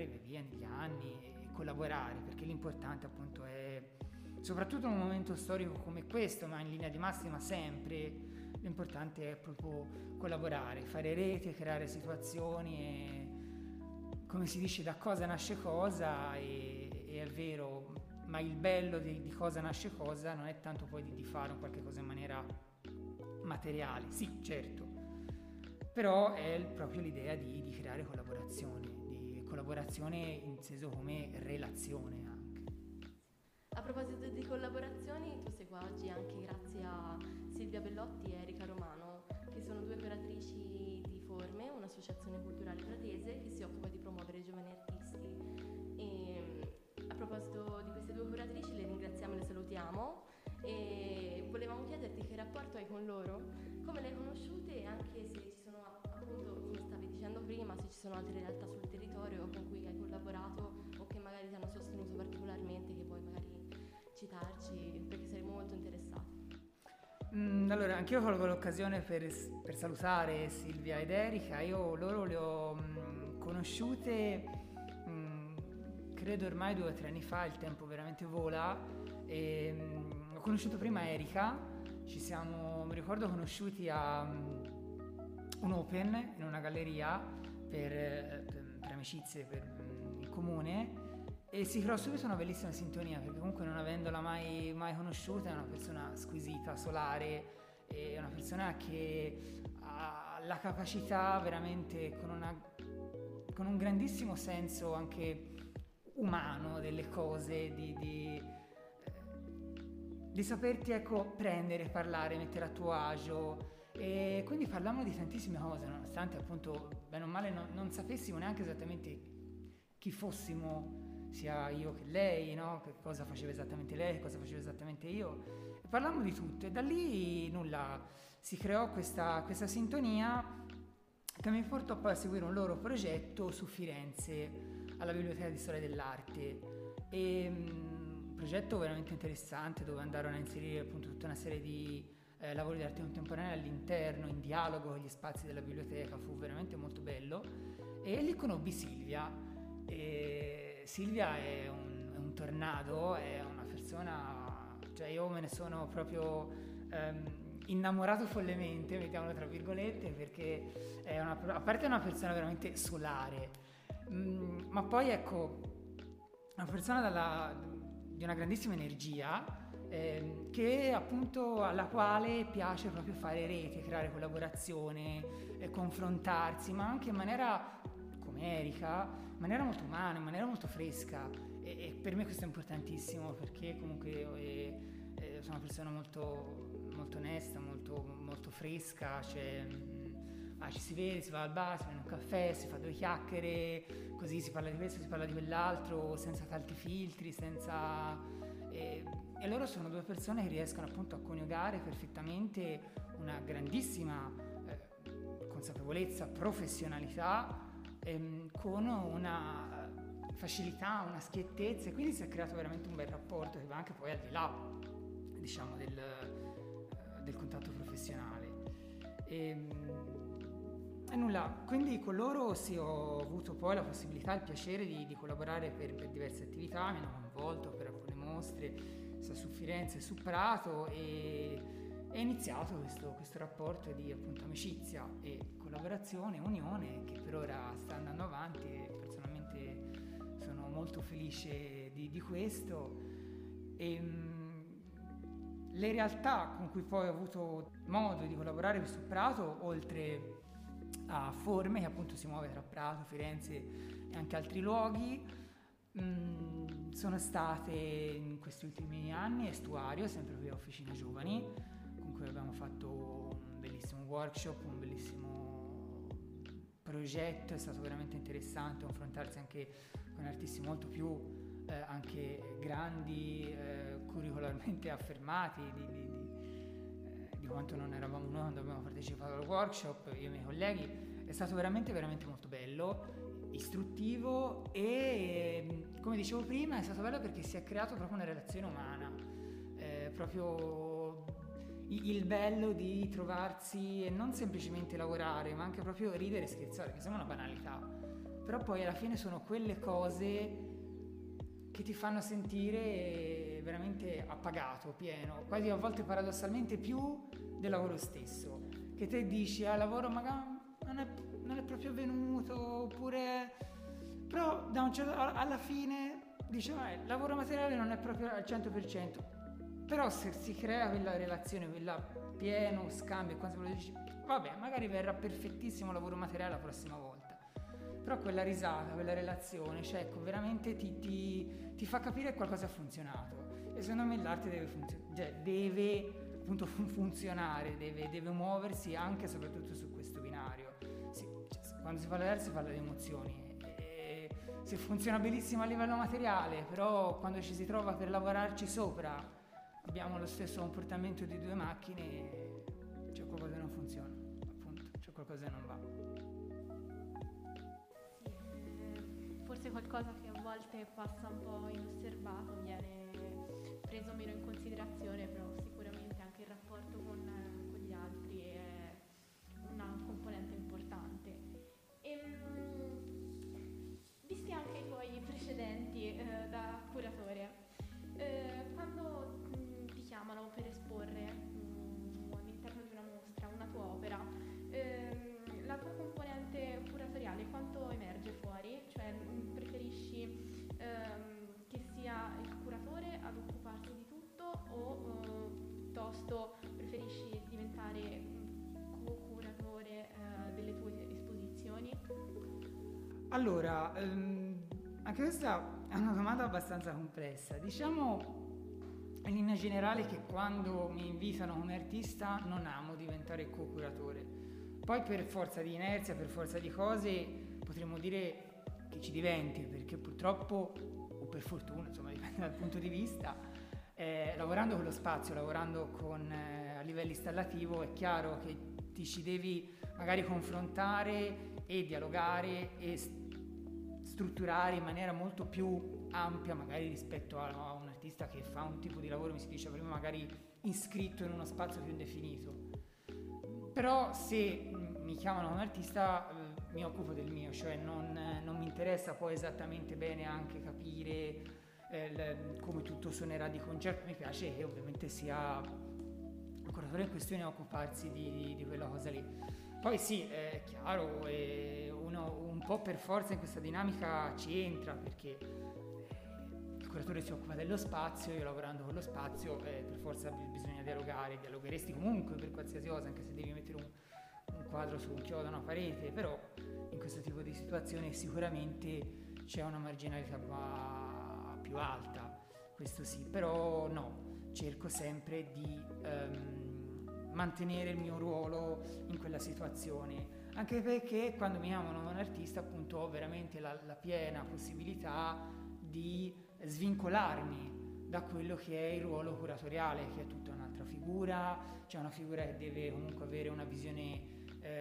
via negli anni e collaborare, perché l'importante appunto è, soprattutto in un momento storico come questo, ma in linea di massima sempre, l'importante è proprio collaborare, fare rete, creare situazioni e, come si dice, da cosa nasce cosa, e è vero, ma il bello di cosa nasce cosa non è tanto poi di fare un qualche cosa in maniera materiale, sì certo, però è proprio l'idea di creare collaborazione inteso come relazione anche. A proposito di collaborazioni, tu sei qua oggi anche grazie a Silvia Bellotti e Erika Romano, che sono due curatrici di Forme, un'associazione culturale pratese che si occupa di promuovere i giovani artisti. E a proposito di queste due curatrici, le ringraziamo e le salutiamo e volevamo chiederti che rapporto hai con loro, come le hai conosciute e anche se ci sono, appunto, come stavi dicendo prima, se ci sono altre realtà sul territorio con cui hai collaborato o che magari ti hanno sostenuto particolarmente, che puoi magari citarci, perché saremo molto interessati. Allora, anch'io colgo l'occasione per salutare Silvia ed Erika. Io loro le ho conosciute credo ormai 2 o 3 anni fa, il tempo veramente vola. Ho conosciuto prima Erika, mi ricordo conosciuti a un open in una galleria per amicizie in comune, e si creò subito una bellissima sintonia, perché comunque non avendola mai conosciuta è una persona squisita, solare, è una persona che ha la capacità veramente con un grandissimo senso anche umano delle cose, di saperti prendere, parlare, mettere a tuo agio, e quindi parlavamo di tantissime cose, nonostante appunto bene o male non sapessimo neanche esattamente chi fossimo, sia io che lei, no? Che cosa faceva esattamente lei, che cosa facevo esattamente io, e parlavamo di tutto, e da lì si creò questa sintonia che mi portò poi a seguire un loro progetto su Firenze alla Biblioteca di Storia dell'Arte, e un progetto veramente interessante dove andarono a inserire appunto tutta una serie di lavori di arte contemporanea all'interno, in dialogo con gli spazi della biblioteca. Fu veramente molto bello, e lì conobbi Silvia. E Silvia è un tornado, è una persona, cioè io me ne sono proprio innamorato follemente, mettiamolo tra virgolette, perché a parte è una persona veramente solare, ma poi una persona di una grandissima energia, che appunto alla quale piace proprio fare rete, creare collaborazione, confrontarsi, ma anche in maniera, come Erika, in maniera molto umana, in maniera molto fresca, e per me questo è importantissimo, perché comunque sono una persona molto, molto onesta, molto, molto fresca, cioè ci si vede, si va al bar, si prende un caffè, si fa 2 chiacchiere, così si parla di questo, si parla di quell'altro, senza tanti filtri, e loro sono 2 persone che riescono appunto a coniugare perfettamente una grandissima consapevolezza, professionalità, con una facilità, una schiettezza, e quindi si è creato veramente un bel rapporto che va anche poi al di là, diciamo, del contatto professionale. E nulla, quindi con loro ho avuto poi la possibilità, il piacere di collaborare per diverse attività, mi hanno coinvolto per alcune mostre, sia su Firenze, su Prato, e è iniziato questo rapporto di appunto amicizia e collaborazione, unione, che per ora sta andando avanti, e personalmente sono molto felice di questo. Le realtà con cui poi ho avuto modo di collaborare qui su Prato, oltre a Forme, che appunto si muove tra Prato, Firenze e anche altri luoghi, sono state in questi ultimi anni Estuario, sempre qui a Officina Giovani, con cui abbiamo fatto un bellissimo workshop, un bellissimo progetto. È stato veramente interessante confrontarsi anche con artisti molto più anche grandi, curricolarmente affermati di quanto non eravamo noi quando abbiamo partecipato al workshop, io e i miei colleghi. È stato veramente veramente molto bello, istruttivo, e come dicevo prima è stato bello perché si è creato proprio una relazione umana, proprio il bello di trovarsi e non semplicemente lavorare, ma anche proprio ridere e scherzare, che sembra una banalità, però poi alla fine sono quelle cose che ti fanno sentire veramente appagato, pieno, quasi a volte paradossalmente più del lavoro stesso, che te dici al lavoro magari non è proprio venuto, oppure però alla fine dici il lavoro materiale non è proprio al 100%, però se si crea quella relazione, quella pieno scambio e quando dici vabbè, magari verrà perfettissimo il lavoro materiale la prossima volta, però quella risata, quella relazione, cioè ecco, veramente ti fa capire che qualcosa ha funzionato. E secondo me l'arte deve appunto funzionare, deve muoversi anche e soprattutto su questo binario. Quando si parla di arte si parla di emozioni, e se funziona benissimo a livello materiale, però quando ci si trova per lavorarci sopra abbiamo lo stesso comportamento di due macchine, c'è qualcosa che non funziona, appunto, c'è qualcosa che non va. Sì, forse qualcosa che a volte passa un po' inosservato, viene preso meno in considerazione, però sicuramente anche il rapporto con gli altri è una componente importante. Visti anche i tuoi precedenti da curatore, quando ti chiamano per esporre all'interno di una mostra una tua opera, la tua componente curatoriale quanto emerge fuori? Cioè preferisci che sia il curatore ad occuparsi di tutto o piuttosto preferisci diventare co-curatore delle tue esposizioni? Allora, anche questa è una domanda abbastanza complessa. Diciamo in linea generale che quando mi invitano come artista non amo diventare co-curatore. Poi per forza di inerzia, per forza di cose, potremmo dire che ci diventi, perché purtroppo, o per fortuna, insomma dipende dal punto di vista, lavorando con lo spazio, lavorando a livello installativo, è chiaro che ti ci devi magari confrontare e dialogare e strutturare in maniera molto più ampia magari rispetto a un artista che fa un tipo di lavoro, mi si dice prima, magari iscritto in uno spazio più definito. Però se mi chiamano come artista mi occupo del mio, cioè non mi interessa poi esattamente bene anche capire come tutto suonerà di concerto. Mi piace che ovviamente sia il curatore in questione a occuparsi di quella cosa lì. Poi sì, è chiaro, uno un po' per forza in questa dinamica ci entra, perché il curatore si occupa dello spazio, io lavorando con lo spazio per forza bisogna dialogheresti comunque per qualsiasi cosa, anche se devi mettere un quadro su un chiodo, una parete, però in questo tipo di situazione sicuramente c'è una marginalità più alta, questo sì, però no, cerco sempre di mantenere il mio ruolo in quella situazione, anche perché quando mi chiamano un artista appunto ho veramente la piena possibilità di svincolarmi da quello che è il ruolo curatoriale, che è tutta un'altra figura, c'è una figura che deve comunque avere una visione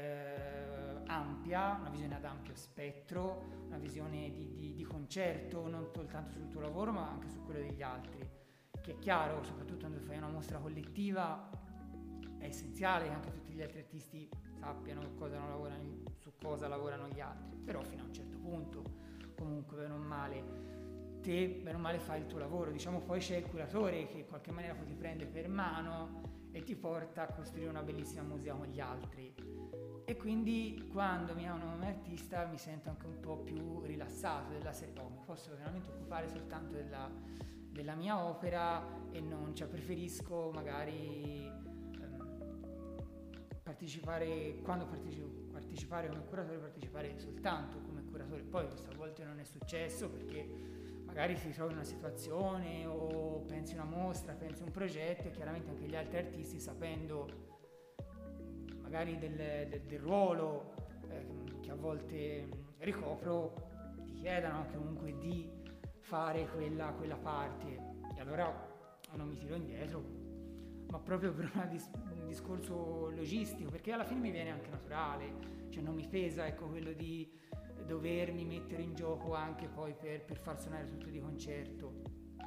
ampia, una visione ad ampio spettro, una visione di concerto, non soltanto sul tuo lavoro ma anche su quello degli altri, che è chiaro, soprattutto quando fai una mostra collettiva è essenziale che anche tutti gli altri artisti sappiano su cosa lavorano gli altri, però fino a un certo punto comunque bene o male te bene o male fai il tuo lavoro, diciamo. Poi c'è il curatore che in qualche maniera poi ti prende per mano e ti porta a costruire una bellissima musica con gli altri, e quindi quando mi chiamano come artista mi sento anche un po' più rilassato della serie, mi posso veramente occupare soltanto della mia opera e non, cioè preferisco magari partecipare come curatore, partecipare soltanto come curatore. Poi questa volta non è successo perché magari ti trovi in una situazione o pensi una mostra, pensi un progetto, e chiaramente anche gli altri artisti, sapendo magari del ruolo che a volte ricopro, ti chiedono anche comunque di fare quella parte, e allora non mi tiro indietro, ma proprio per un discorso logistico, perché alla fine mi viene anche naturale, cioè non mi pesa, ecco, quello di dovermi mettere in gioco anche poi per far suonare tutto di concerto,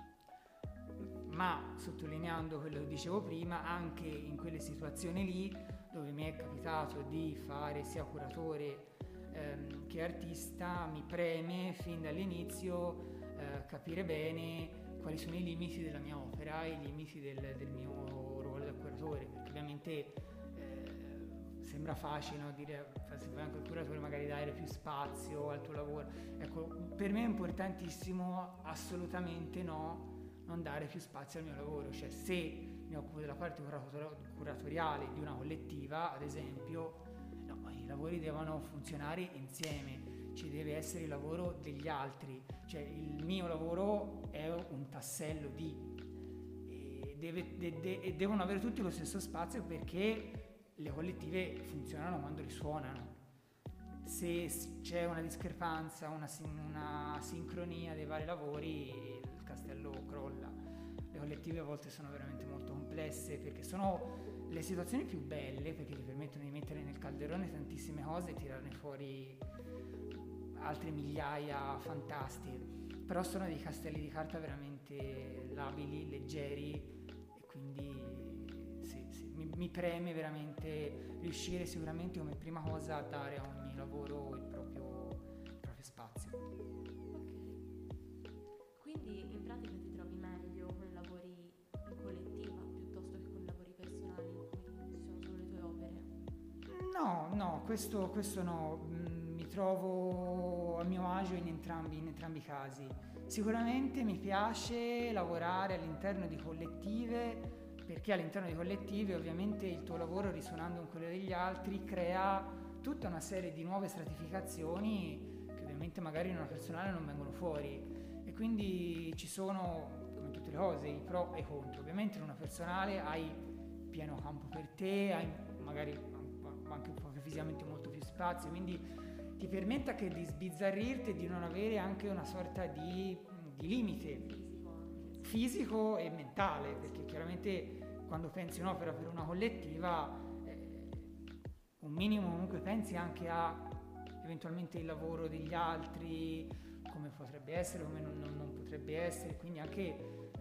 ma sottolineando quello che dicevo prima, anche in quelle situazioni lì dove mi è capitato di fare sia curatore che artista mi preme fin dall'inizio capire bene quali sono i limiti della mia opera, i limiti del mio ruolo da curatore, perché ovviamente sembra facile, no? Dire, se fai anche il curatore magari dare più spazio al tuo lavoro. Ecco, per me è importantissimo assolutamente non dare più spazio al mio lavoro, cioè se mi occupo della parte curatoriale di una collettiva, ad esempio, no, i lavori devono funzionare insieme, ci deve essere il lavoro degli altri, cioè il mio lavoro è un tassello e devono avere tutti lo stesso spazio, perché le collettive funzionano quando risuonano. Se c'è una discrepanza, una sincronia dei vari lavori, il castello crolla. Le collettive a volte sono veramente molto complesse, perché sono le situazioni più belle, perché ti permettono di mettere nel calderone tantissime cose e tirarne fuori altre migliaia fantastiche, però sono dei castelli di carta veramente labili, leggeri, e quindi mi preme veramente riuscire sicuramente come prima cosa a dare a ogni lavoro il proprio spazio. Ok. Quindi in pratica ti trovi meglio con lavori in collettiva piuttosto che con lavori personali in cui ci sono solo le tue opere? No, questo no. Mi trovo a mio agio in entrambi i casi. Sicuramente mi piace lavorare all'interno di collettive, perché all'interno di collettive ovviamente il tuo lavoro, risuonando con quello degli altri, crea tutta una serie di nuove stratificazioni che ovviamente magari in una personale non vengono fuori, e quindi ci sono, come tutte le cose, i pro e i contro. Ovviamente in una personale hai pieno campo per te, hai magari anche proprio fisicamente molto più spazio, quindi ti permette anche di sbizzarrirti e di non avere anche una sorta di limite fisico e mentale, perché chiaramente quando pensi un'opera per una collettiva, un minimo comunque pensi anche a eventualmente il lavoro degli altri, come potrebbe essere, come non potrebbe essere, quindi anche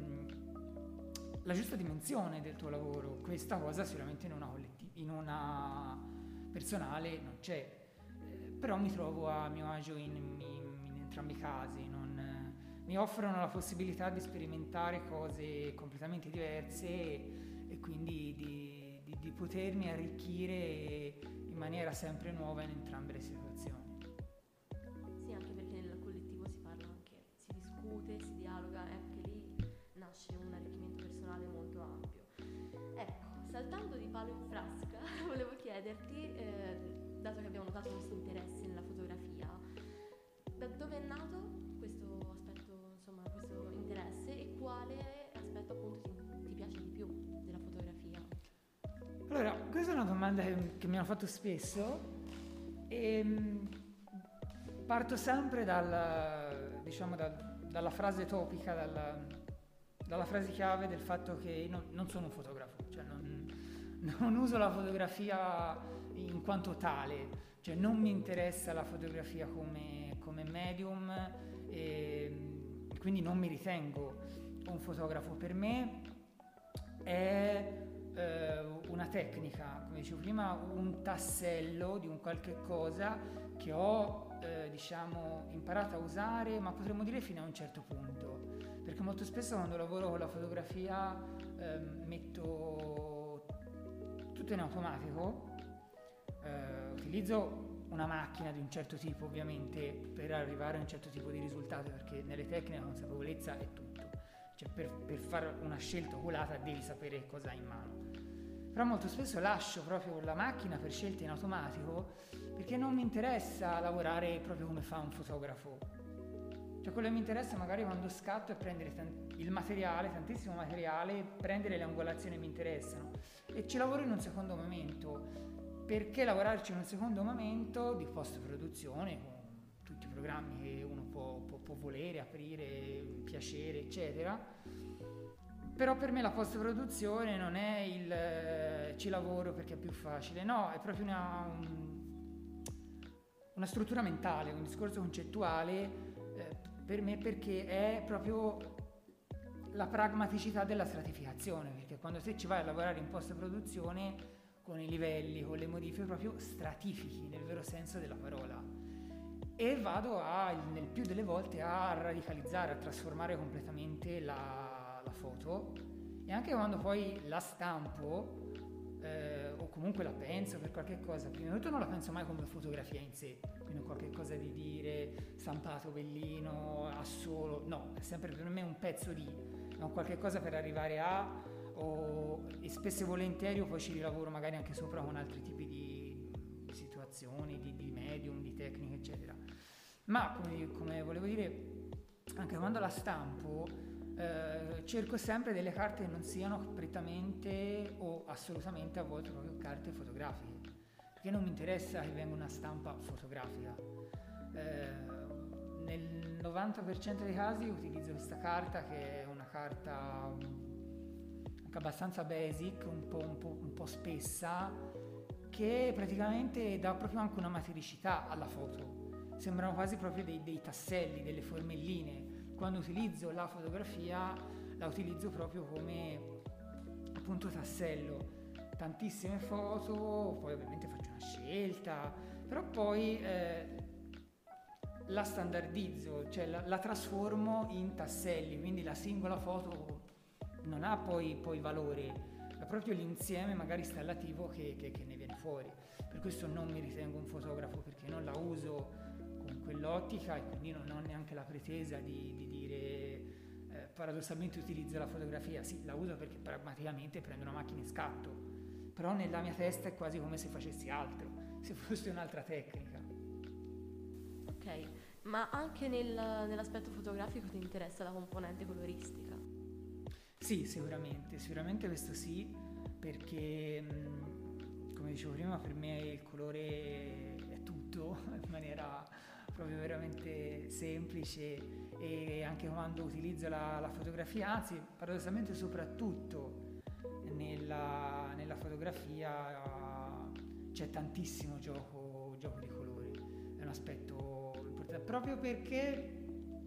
la giusta dimensione del tuo lavoro. Questa cosa sicuramente in una personale non c'è, però mi trovo a mio agio in entrambi i casi. Mi offrono la possibilità di sperimentare cose completamente diverse e quindi di potermi arricchire in maniera sempre nuova in entrambe le situazioni. Sì, anche perché nel collettivo si parla anche, si discute, si dialoga, e anche lì nasce un arricchimento personale molto ampio. Ecco, saltando di palo in frasca, volevo chiederti, dato che abbiamo notato questo interesse nella fotografia, da dove è nato questo aspetto, insomma, questo interesse, e quale aspetto appunto ti piace di più della fotografia? Allora, questa è una domanda che mi hanno fatto spesso, e parto sempre dalla frase topica, dalla frase chiave del fatto che non sono un fotografo, cioè non uso la fotografia in quanto tale, cioè non mi interessa la fotografia come medium, e quindi non mi ritengo un fotografo. Per me è una tecnica, come dicevo prima, un tassello di un qualche cosa che ho imparato a usare, ma potremmo dire fino a un certo punto, perché molto spesso quando lavoro con la fotografia metto tutto in automatico, utilizzo una macchina di un certo tipo ovviamente per arrivare a un certo tipo di risultato, perché nelle tecniche la consapevolezza è tutto, cioè per fare una scelta oculata devi sapere cosa hai in mano. Però molto spesso lascio proprio la macchina per scelte in automatico, perché non mi interessa lavorare proprio come fa un fotografo. Cioè quello che mi interessa magari quando scatto è prendere il materiale, tantissimo materiale, prendere le angolazioni che mi interessano, e ci lavoro in un secondo momento. Perché lavorarci in un secondo momento di post-produzione, con tutti i programmi che uno può volere, aprire, piacere, eccetera. Però per me la post-produzione non è il ci lavoro perché è più facile, no, è proprio una struttura mentale, un discorso concettuale per me, perché è proprio la pragmaticità della stratificazione, perché quando te ci vai a lavorare in post-produzione con i livelli, con le modifiche, proprio stratifichi nel vero senso della parola. E vado nel più delle volte a radicalizzare, a trasformare completamente la foto, e anche quando poi la stampo o comunque la penso per qualche cosa, prima di tutto non la penso mai come fotografia in sé, quindi qualche cosa di dire, stampato bellino, assolo, no, è sempre per me un pezzo di, è un qualche cosa per arrivare e spesso e volentieri poi ci rilavoro magari anche sopra con altri tipi di situazioni, di medium, di tecniche eccetera. Ma come volevo dire, anche quando la stampo cerco sempre delle carte che non siano prettamente o assolutamente a volte proprio carte fotografiche, perché non mi interessa che venga una stampa fotografica. Nel 90% dei casi utilizzo questa carta, che è una carta anche abbastanza basic, un po' spessa, che praticamente dà proprio anche una matericità alla foto. Sembrano quasi proprio dei tasselli, delle formelline. Quando utilizzo la fotografia la utilizzo proprio come appunto tassello. Tantissime foto, poi ovviamente faccio una scelta, però poi la standardizzo, cioè la trasformo in tasselli, quindi la singola foto non ha poi valore, è proprio l'insieme magari installativo che ne viene fuori. Per questo non mi ritengo un fotografo, perché non la uso con quell'ottica, e quindi non ho neanche la pretesa di dire paradossalmente utilizzo la fotografia. Sì, la uso perché pragmaticamente prendo una macchina e scatto, però nella mia testa è quasi come se facessi altro, se fosse un'altra tecnica. Ok, ma anche nell'aspetto fotografico ti interessa la componente coloristica? Sì, sicuramente questo sì, perché come dicevo prima, per me il colore è tutto, in maniera proprio veramente semplice, e anche quando utilizzo la fotografia, anzi paradossalmente soprattutto nella fotografia c'è tantissimo gioco di colori, è un aspetto importante, proprio perché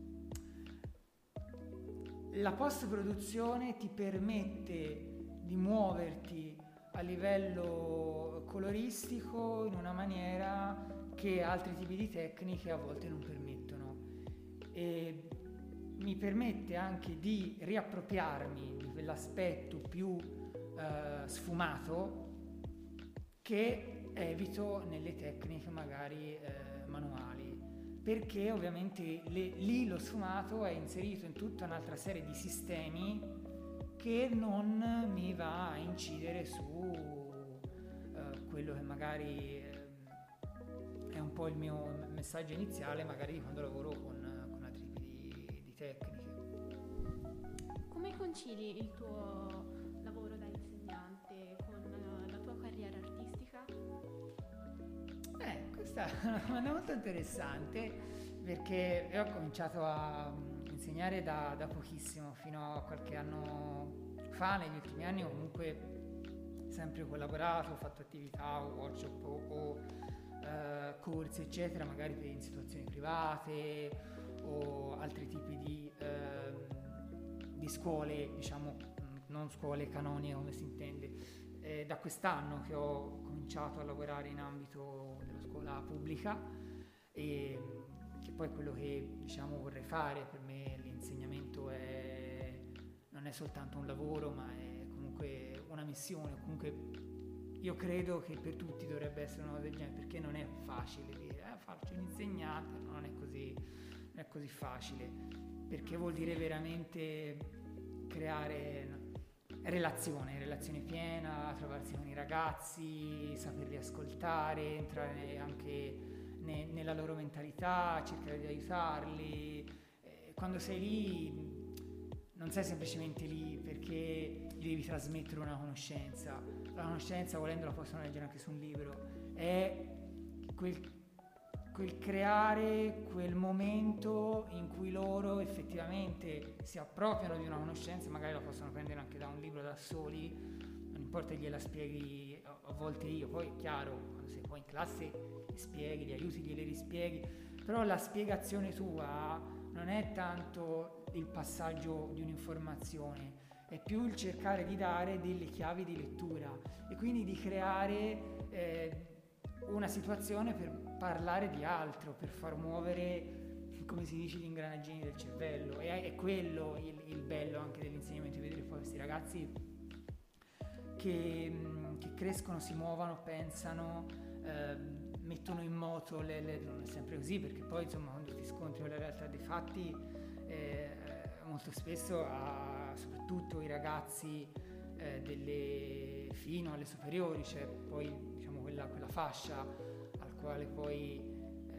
la post-produzione ti permette di muoverti a livello coloristico in una maniera che altri tipi di tecniche a volte non permettono, e mi permette anche di riappropriarmi di quell'aspetto più sfumato che evito nelle tecniche magari manuali, perché ovviamente lì lo sfumato è inserito in tutta un'altra serie di sistemi che non mi va a incidere su quello che magari è un po' il mio messaggio iniziale, magari di quando lavoro con altri tipi di tecniche. Come concili il tuo lavoro da insegnante con la tua carriera artistica? Questa è una domanda molto interessante, perché io ho cominciato a insegnare da pochissimo, fino a qualche anno fa. Negli ultimi anni ho comunque sempre collaborato, ho fatto attività, workshop o corsi eccetera, magari in situazioni private o altri tipi di scuole, diciamo non scuole canoniche come si intende. Da quest'anno che ho cominciato a lavorare in ambito della scuola pubblica, e che poi è quello che diciamo vorrei fare. Per me l'insegnamento non è soltanto un lavoro, ma è comunque una missione. Comunque io credo che per tutti dovrebbe essere una cosa del genere, perché non è facile dire faccio l'insegnante, non è così facile, perché vuol dire veramente creare relazione piena, trovarsi con i ragazzi, saperli ascoltare, entrare anche nella loro mentalità, cercare di aiutarli. Quando sei lì non sei semplicemente lì perché gli devi trasmettere una conoscenza. La conoscenza, volendo, la possono leggere anche su un libro. È quel creare quel momento in cui loro effettivamente si appropriano di una conoscenza, magari la possono prendere anche da un libro da soli, non importa che gliela spieghi a volte io, poi è chiaro, quando sei poi in classe li spieghi, li aiuti, glieli rispieghi, però la spiegazione tua non è tanto il passaggio di un'informazione, è più il cercare di dare delle chiavi di lettura e quindi di creare una situazione per parlare di altro, per far muovere, come si dice, gli ingranaggini del cervello. E è quello il bello anche dell'insegnamento, vedere poi questi ragazzi che crescono, si muovono, pensano, mettono in moto non è sempre così, perché poi insomma quando ti scontri con la realtà dei fatti molto spesso soprattutto i ragazzi fino alle superiori, cioè poi diciamo quella fascia al quale poi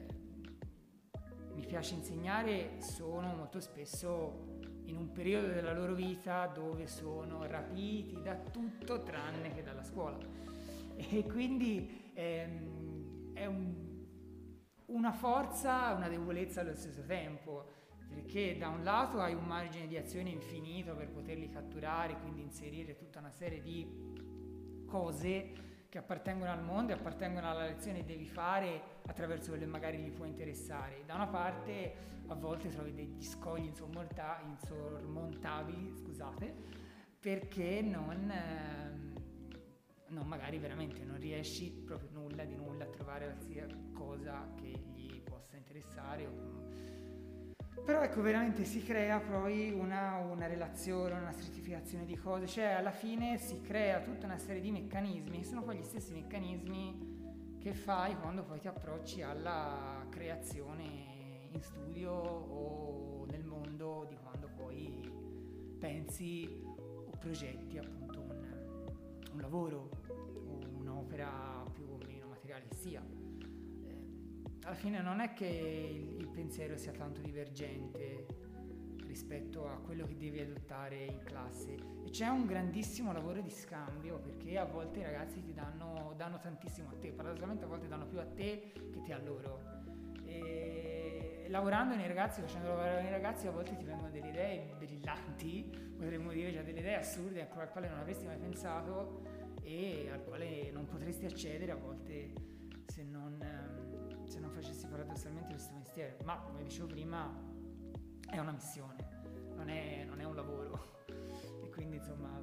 mi piace insegnare, sono molto spesso in un periodo della loro vita dove sono rapiti da tutto tranne che dalla scuola, e quindi è una forza, una debolezza allo stesso tempo, perché da un lato hai un margine di azione infinito per poterli catturare, quindi inserire tutta una serie di cose che appartengono al mondo e appartengono alla lezione che devi fare attraverso quelle magari gli può interessare. Da una parte a volte trovi degli scogli insormontabili, scusate, perché non magari veramente non riesci proprio nulla di nulla a trovare qualsiasi cosa che gli possa interessare. Però ecco, veramente si crea poi una relazione, una stratificazione di cose, cioè alla fine si crea tutta una serie di meccanismi che sono poi gli stessi meccanismi che fai quando poi ti approcci alla creazione in studio o nel mondo, di quando poi pensi o progetti appunto un lavoro o un'opera più o meno materiale che sia. Alla fine non è che il pensiero sia tanto divergente rispetto a quello che devi adottare in classe, e c'è un grandissimo lavoro di scambio, perché a volte i ragazzi ti danno tantissimo a te, paradossalmente a volte danno più a te che te a loro, e lavorando nei ragazzi, facendo lavorare nei ragazzi, a volte ti vengono delle idee brillanti, potremmo dire, cioè delle idee assurde al quale non avresti mai pensato e al quale non potresti accedere a volte se non facessi paradossalmente questo mestiere. Ma come dicevo prima è una missione, non è un lavoro, e quindi insomma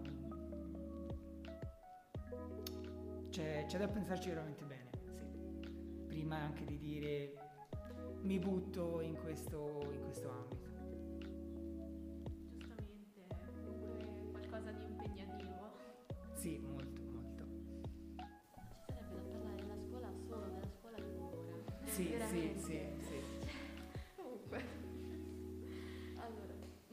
c'è da pensarci veramente bene, sì. Prima anche di dire mi butto in questo ambito. Giustamente, comunque qualcosa di impegnativo. Sì, molto. Ci sarebbe da parlare della scuola, solo della scuola di ora. Sì. Comunque, allora,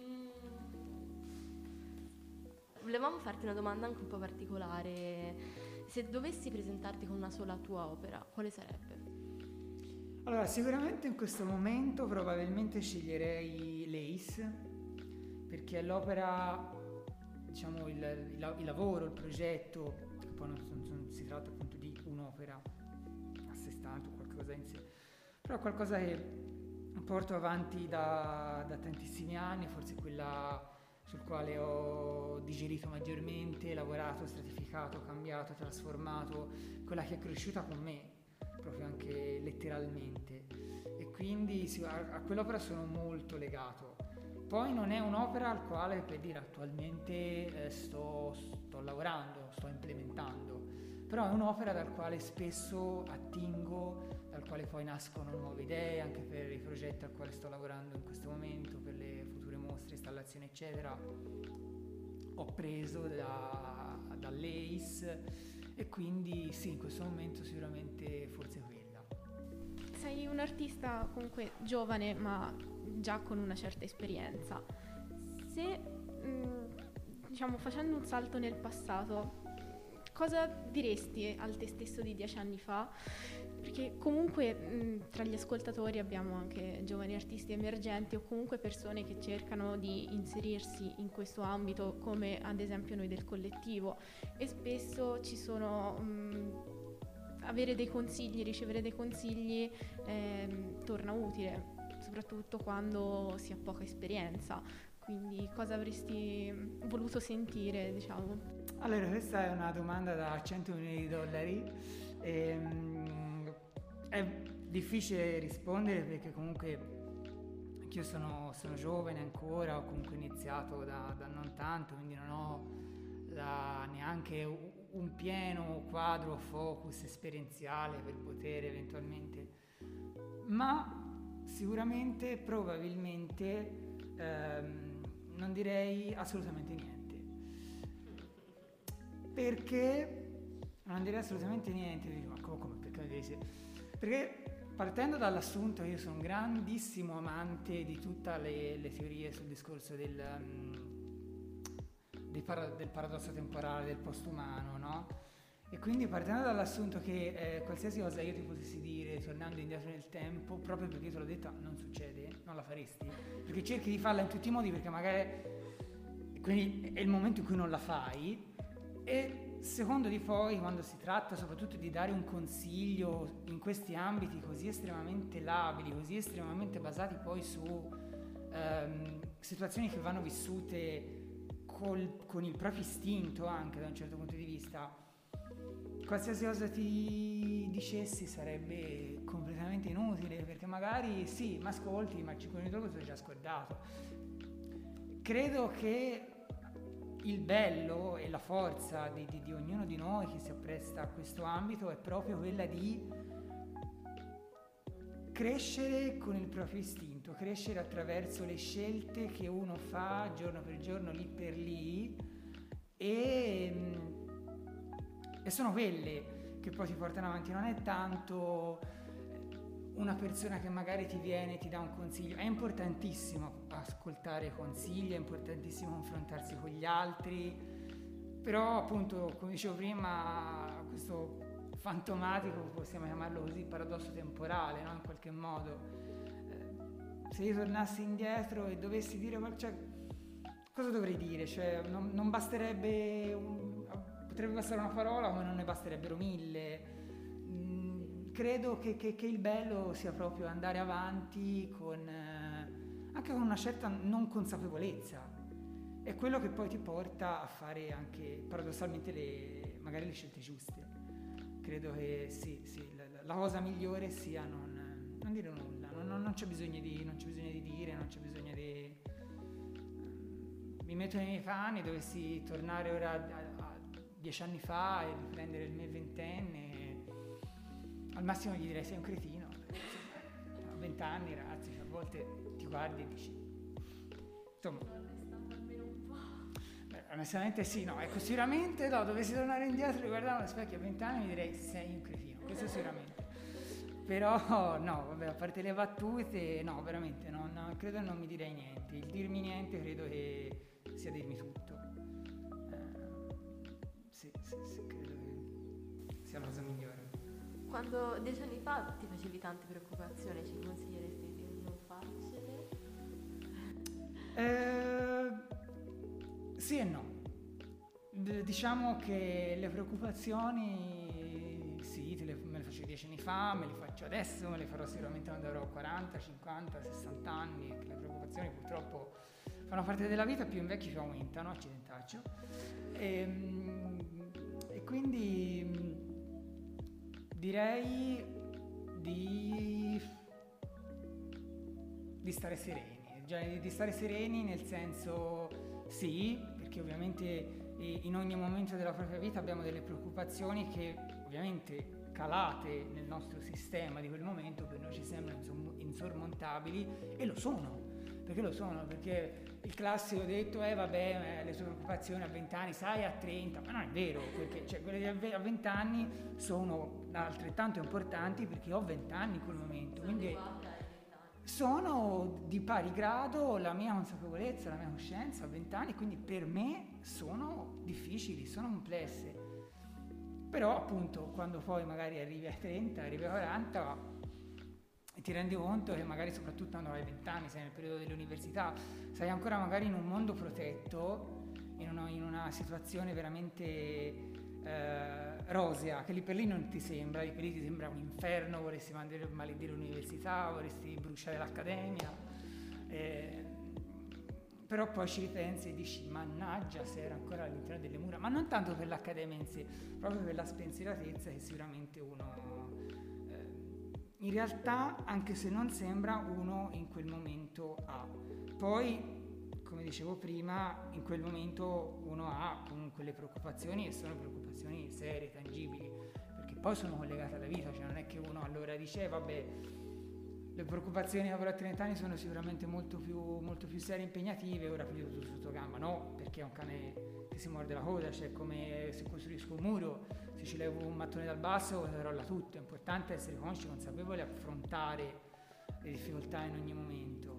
volevamo farti una domanda anche un po' particolare. Se dovessi presentarti con una sola tua opera, quale sarebbe? Allora, sicuramente in questo momento probabilmente sceglierei Lace, perché è l'opera, diciamo il lavoro, il progetto, che poi non si tratta appunto di un'opera a sé stante o qualcosa in sé, però è qualcosa che porto avanti da tantissimi anni, forse quella sul quale ho digerito maggiormente, lavorato, stratificato, cambiato, trasformato, quella che è cresciuta con me, proprio anche letteralmente, e quindi a quell'opera sono molto legato. Poi non è un'opera al quale, per dire, attualmente sto lavorando, sto implementando, però è un'opera dal quale spesso attingo, dal quale poi nascono nuove idee, anche per i progetti al quale sto lavorando in questo momento, per le future mostre, installazioni eccetera. Ho preso dall'ACE, e quindi sì, in questo momento sicuramente forse quella. Sei un artista comunque giovane ma già con una certa esperienza. Se, diciamo, facendo un salto nel passato, cosa diresti al te stesso di 10 anni fa? Perché comunque tra gli ascoltatori abbiamo anche giovani artisti emergenti o comunque persone che cercano di inserirsi in questo ambito, come ad esempio noi del collettivo, e spesso ci sono avere dei consigli, ricevere dei consigli torna utile, soprattutto quando si ha poca esperienza. Quindi cosa avresti voluto sentire, diciamo? Allora, questa è una domanda da $100 milioni. È difficile rispondere perché comunque che io sono giovane ancora, ho comunque iniziato da non tanto, quindi non ho neanche un pieno quadro focus esperienziale per poter eventualmente, ma sicuramente, probabilmente, non direi assolutamente niente. Perché non direi assolutamente niente? Ma come? Perché non direi sì? Perché partendo dall'assunto che io sono un grandissimo amante di tutte le teorie sul discorso del paradosso temporale, del postumano, no? E quindi partendo dall'assunto che qualsiasi cosa io ti potessi dire tornando indietro nel tempo, proprio perché io te l'ho detto, non succede, non la faresti, perché cerchi di farla in tutti i modi, perché magari quindi è il momento in cui non la fai. E secondo di poi, quando si tratta soprattutto di dare un consiglio in questi ambiti così estremamente labili, così estremamente basati poi su situazioni che vanno vissute con il proprio istinto anche da un certo punto di vista, qualsiasi cosa ti dicessi sarebbe completamente inutile, perché magari sì, mi ascolti, ma 5 minuti dopo ti sei già scordato. Credo che il bello e la forza di ognuno di noi che si appresta a questo ambito è proprio quella di crescere con il proprio istinto, crescere attraverso le scelte che uno fa giorno per giorno, lì per lì, e sono quelle che poi ti portano avanti. Non è tanto una persona che magari ti viene e ti dà un consiglio. È importantissimo ascoltare consigli, è importantissimo confrontarsi con gli altri, però appunto, come dicevo prima, questo fantomatico, possiamo chiamarlo così, paradosso temporale, no? In qualche modo, se io tornassi indietro e dovessi dire, cioè, cosa dovrei dire? Cioè, non basterebbe potrebbe bastare una parola, come non ne basterebbero 1000. Credo che il bello sia proprio andare avanti anche con una certa non consapevolezza. È quello che poi ti porta a fare anche paradossalmente magari le scelte giuste. Credo che sì, la cosa migliore sia non dire nulla, non c'è bisogno di dire, non c'è bisogno di... Mi metto nei miei panni, dovessi tornare ora a 10 anni fa e riprendere il mio ventenne, al massimo gli direi sei un cretino. A 20 anni, ragazzi, a volte ti guardi e dici, insomma, almeno un po'. Onestamente sì, no, ecco, sicuramente no, dovessi tornare indietro e guardare allo specchio a 20 anni mi direi sei un cretino, questo sicuramente. Però no, vabbè, a parte le battute, no, veramente credo che non mi direi niente. Il dirmi niente credo che sia dirmi tutto. Sì, credo che sia la cosa migliore. Quando 10 anni fa ti facevi tante preoccupazioni, ci consiglieresti di non farcele? Sì e no. Diciamo che le preoccupazioni sì, me le facevo 10 anni fa, me le faccio adesso, me le farò sicuramente quando avrò 40, 50, 60 anni, che le preoccupazioni purtroppo fanno parte della vita, più invecchi più aumentano, accidentaccio. E quindi direi di stare sereni, di stare sereni nel senso sì, perché ovviamente in ogni momento della propria vita abbiamo delle preoccupazioni che ovviamente calate nel nostro sistema di quel momento per noi ci sembrano insormontabili, e lo sono, perché il classico detto è vabbè, le tue preoccupazioni a 20 anni, sai, a 30, ma non è vero, perché cioè, quelle a 20 anni sono altrettanto importanti, perché ho 20 anni in quel momento, quindi sono di pari grado la mia consapevolezza, la mia coscienza a 20 anni, quindi per me sono difficili, sono complesse. Però appunto quando poi magari arrivi a 30, arrivi a 40 e ti rendi conto che magari soprattutto quando hai 20 anni, sei nel periodo dell'università, sei ancora magari in un mondo protetto, in una situazione veramente rosea, che lì per lì non ti sembra, lì per lì ti sembra un inferno, vorresti maledire l'università, vorresti bruciare l'accademia, però poi ci ripensi e dici mannaggia se era ancora all'interno delle mura, ma non tanto per l'accademia in sé, proprio per la spensieratezza che sicuramente uno in realtà, anche se non sembra, uno in quel momento ha. Poi, come dicevo prima, in quel momento uno ha comunque le preoccupazioni, e sono preoccupazioni serie, tangibili, perché poi sono collegate alla vita, cioè non è che uno allora dice vabbè, le preoccupazioni a 30 anni sono sicuramente molto più serie e impegnative, ora piglio tutto sotto gamba. No, perché è un cane che si morde la coda, cioè come se costruisco un muro, se ci levo un mattone dal basso crolla tutto. È importante essere consci, consapevoli, affrontare le difficoltà in ogni momento.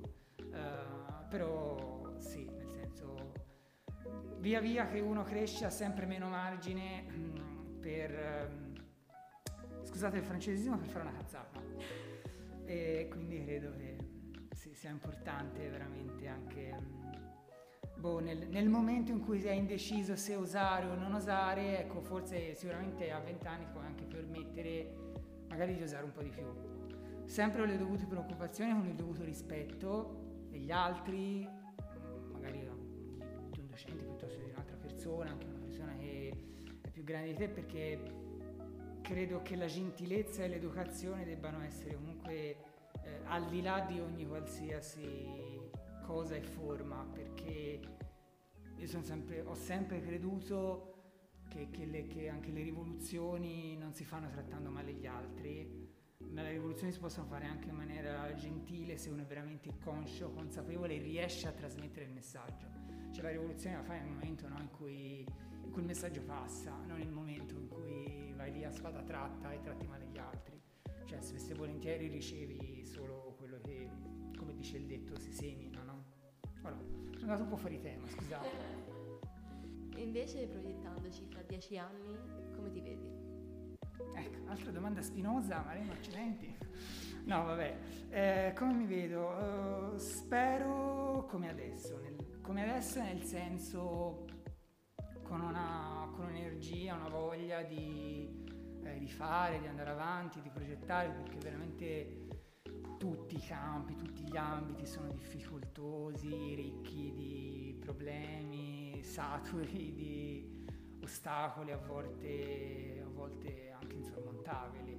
Però sì, nel senso, via via che uno cresce ha sempre meno margine per, scusate il francesismo, per fare una cazzata. E quindi credo che sia importante veramente anche nel momento in cui sei indeciso se usare o non usare, ecco, forse sicuramente a 20 anni puoi anche permettere magari di usare un po' di più, sempre con le dovute preoccupazioni, con il dovuto rispetto degli altri, magari di un docente piuttosto che di un'altra persona, anche una persona che è più grande di te, perché credo che la gentilezza e l'educazione debbano essere comunque al di là di ogni qualsiasi cosa e forma, perché io ho sempre creduto che anche le rivoluzioni non si fanno trattando male gli altri, ma le rivoluzioni si possono fare anche in maniera gentile se uno è veramente conscio, consapevole e riesce a trasmettere il messaggio. Cioè la rivoluzione la fai nel momento, no, in cui il messaggio passa, non nel momento in cui vai lì a spada tratta e tratti male gli altri. Cioè spesso e volentieri ricevi solo quello che, come dice il detto, si semina, no? Ora, sono andato un po' fuori tema, scusate. E invece proiettandoci fra 10 anni, come ti vedi? Ecco, altra domanda spinosa, Marino, accidenti. No, vabbè, come mi vedo? Spero come adesso nel senso con un'energia, una voglia di fare, di andare avanti, di progettare, perché veramente tutti i campi, tutti gli ambiti sono difficoltosi, ricchi di problemi, saturi di ostacoli, a volte anche insormontabili.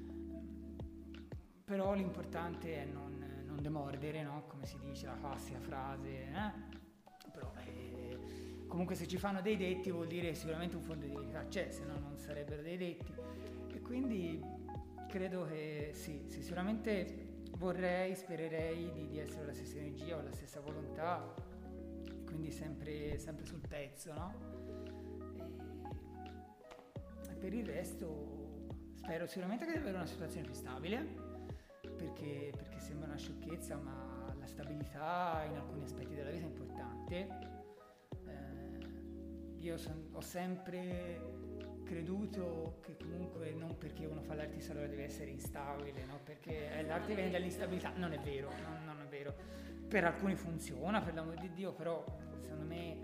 Però l'importante è non demordere, no? Come si dice, la classica frase, Però comunque se ci fanno dei detti vuol dire sicuramente un fondo di verità c'è, se no non sarebbero dei detti. E quindi credo che sì, sicuramente spererei di essere la stessa energia o la stessa volontà, quindi sempre sul pezzo, no? E per il resto spero sicuramente che deve avere una situazione più stabile, perché sembra una sciocchezza, ma la stabilità in alcuni aspetti della vita è importante. Io ho sempre creduto che comunque non perché uno fa l'artista allora deve essere instabile, no? Perché l'arte viene dall'instabilità. Non è vero, non è vero. Per alcuni funziona, per l'amor di Dio, però secondo me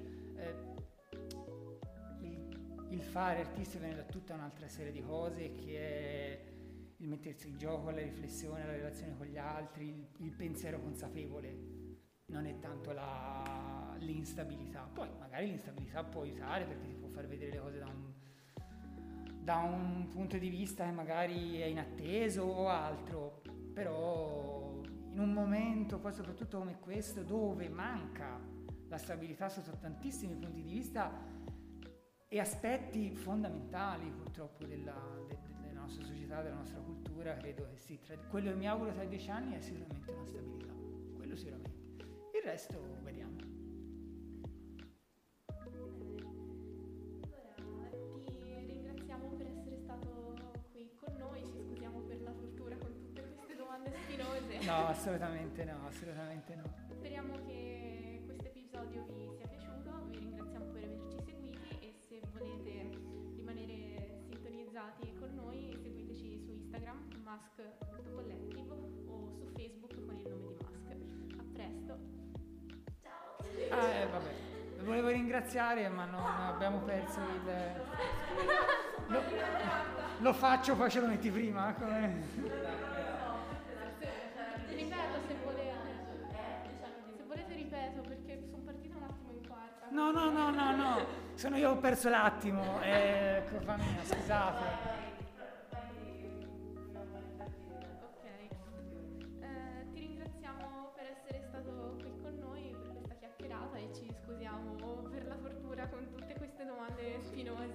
il fare artista viene da tutta un'altra serie di cose, che è il mettersi in gioco, la riflessione, la relazione con gli altri, il pensiero consapevole. Non è tanto l'instabilità. Poi magari l'instabilità può aiutare perché ti può far vedere le cose da un punto di vista che magari è inatteso o altro, però in un momento poi soprattutto come questo, dove manca la stabilità sotto tantissimi punti di vista e aspetti fondamentali purtroppo della nostra società, della nostra cultura, credo che sì, quello che mi auguro tra 10 anni è sicuramente una stabilità, quello sicuramente. Il resto vediamo. Allora, ti ringraziamo per essere stato qui con noi, ci scusiamo per la tortura con tutte queste domande spinose. No, assolutamente no. Speriamo che questo episodio vi sia piaciuto, vi ringraziamo per averci seguiti e se volete rimanere sintonizzati con noi seguiteci su Instagram mask.collective o su Facebook con il nome di Mask. A presto! Vabbè, volevo ringraziare ma non abbiamo perso il... Lo faccio, poi ce lo metti prima? Come... Ripeto se volete. Se volete ripeto perché sono partita un attimo in quarta. No, sono io, ho perso l'attimo, colpa mia, scusate. Ok.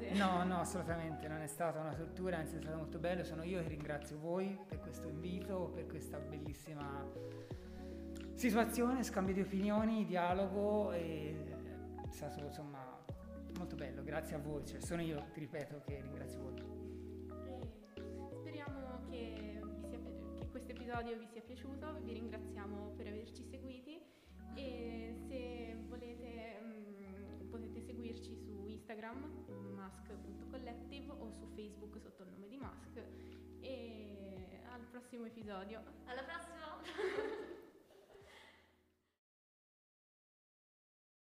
torturate. No, no, assolutamente, non è stata una tortura, anzi è stato molto bello. Sono io che ringrazio voi per questo invito, per questa bellissima situazione, scambio di opinioni, dialogo, e è stato insomma molto bello, grazie a voi, cioè sono io, ti ripeto, che ringrazio voi. Speriamo che questo episodio vi sia piaciuto, vi ringraziamo per averci seguiti e se volete potete seguirci su Instagram mask.collective o su Facebook sotto il nome di Mask, e al prossimo episodio. Alla prossima!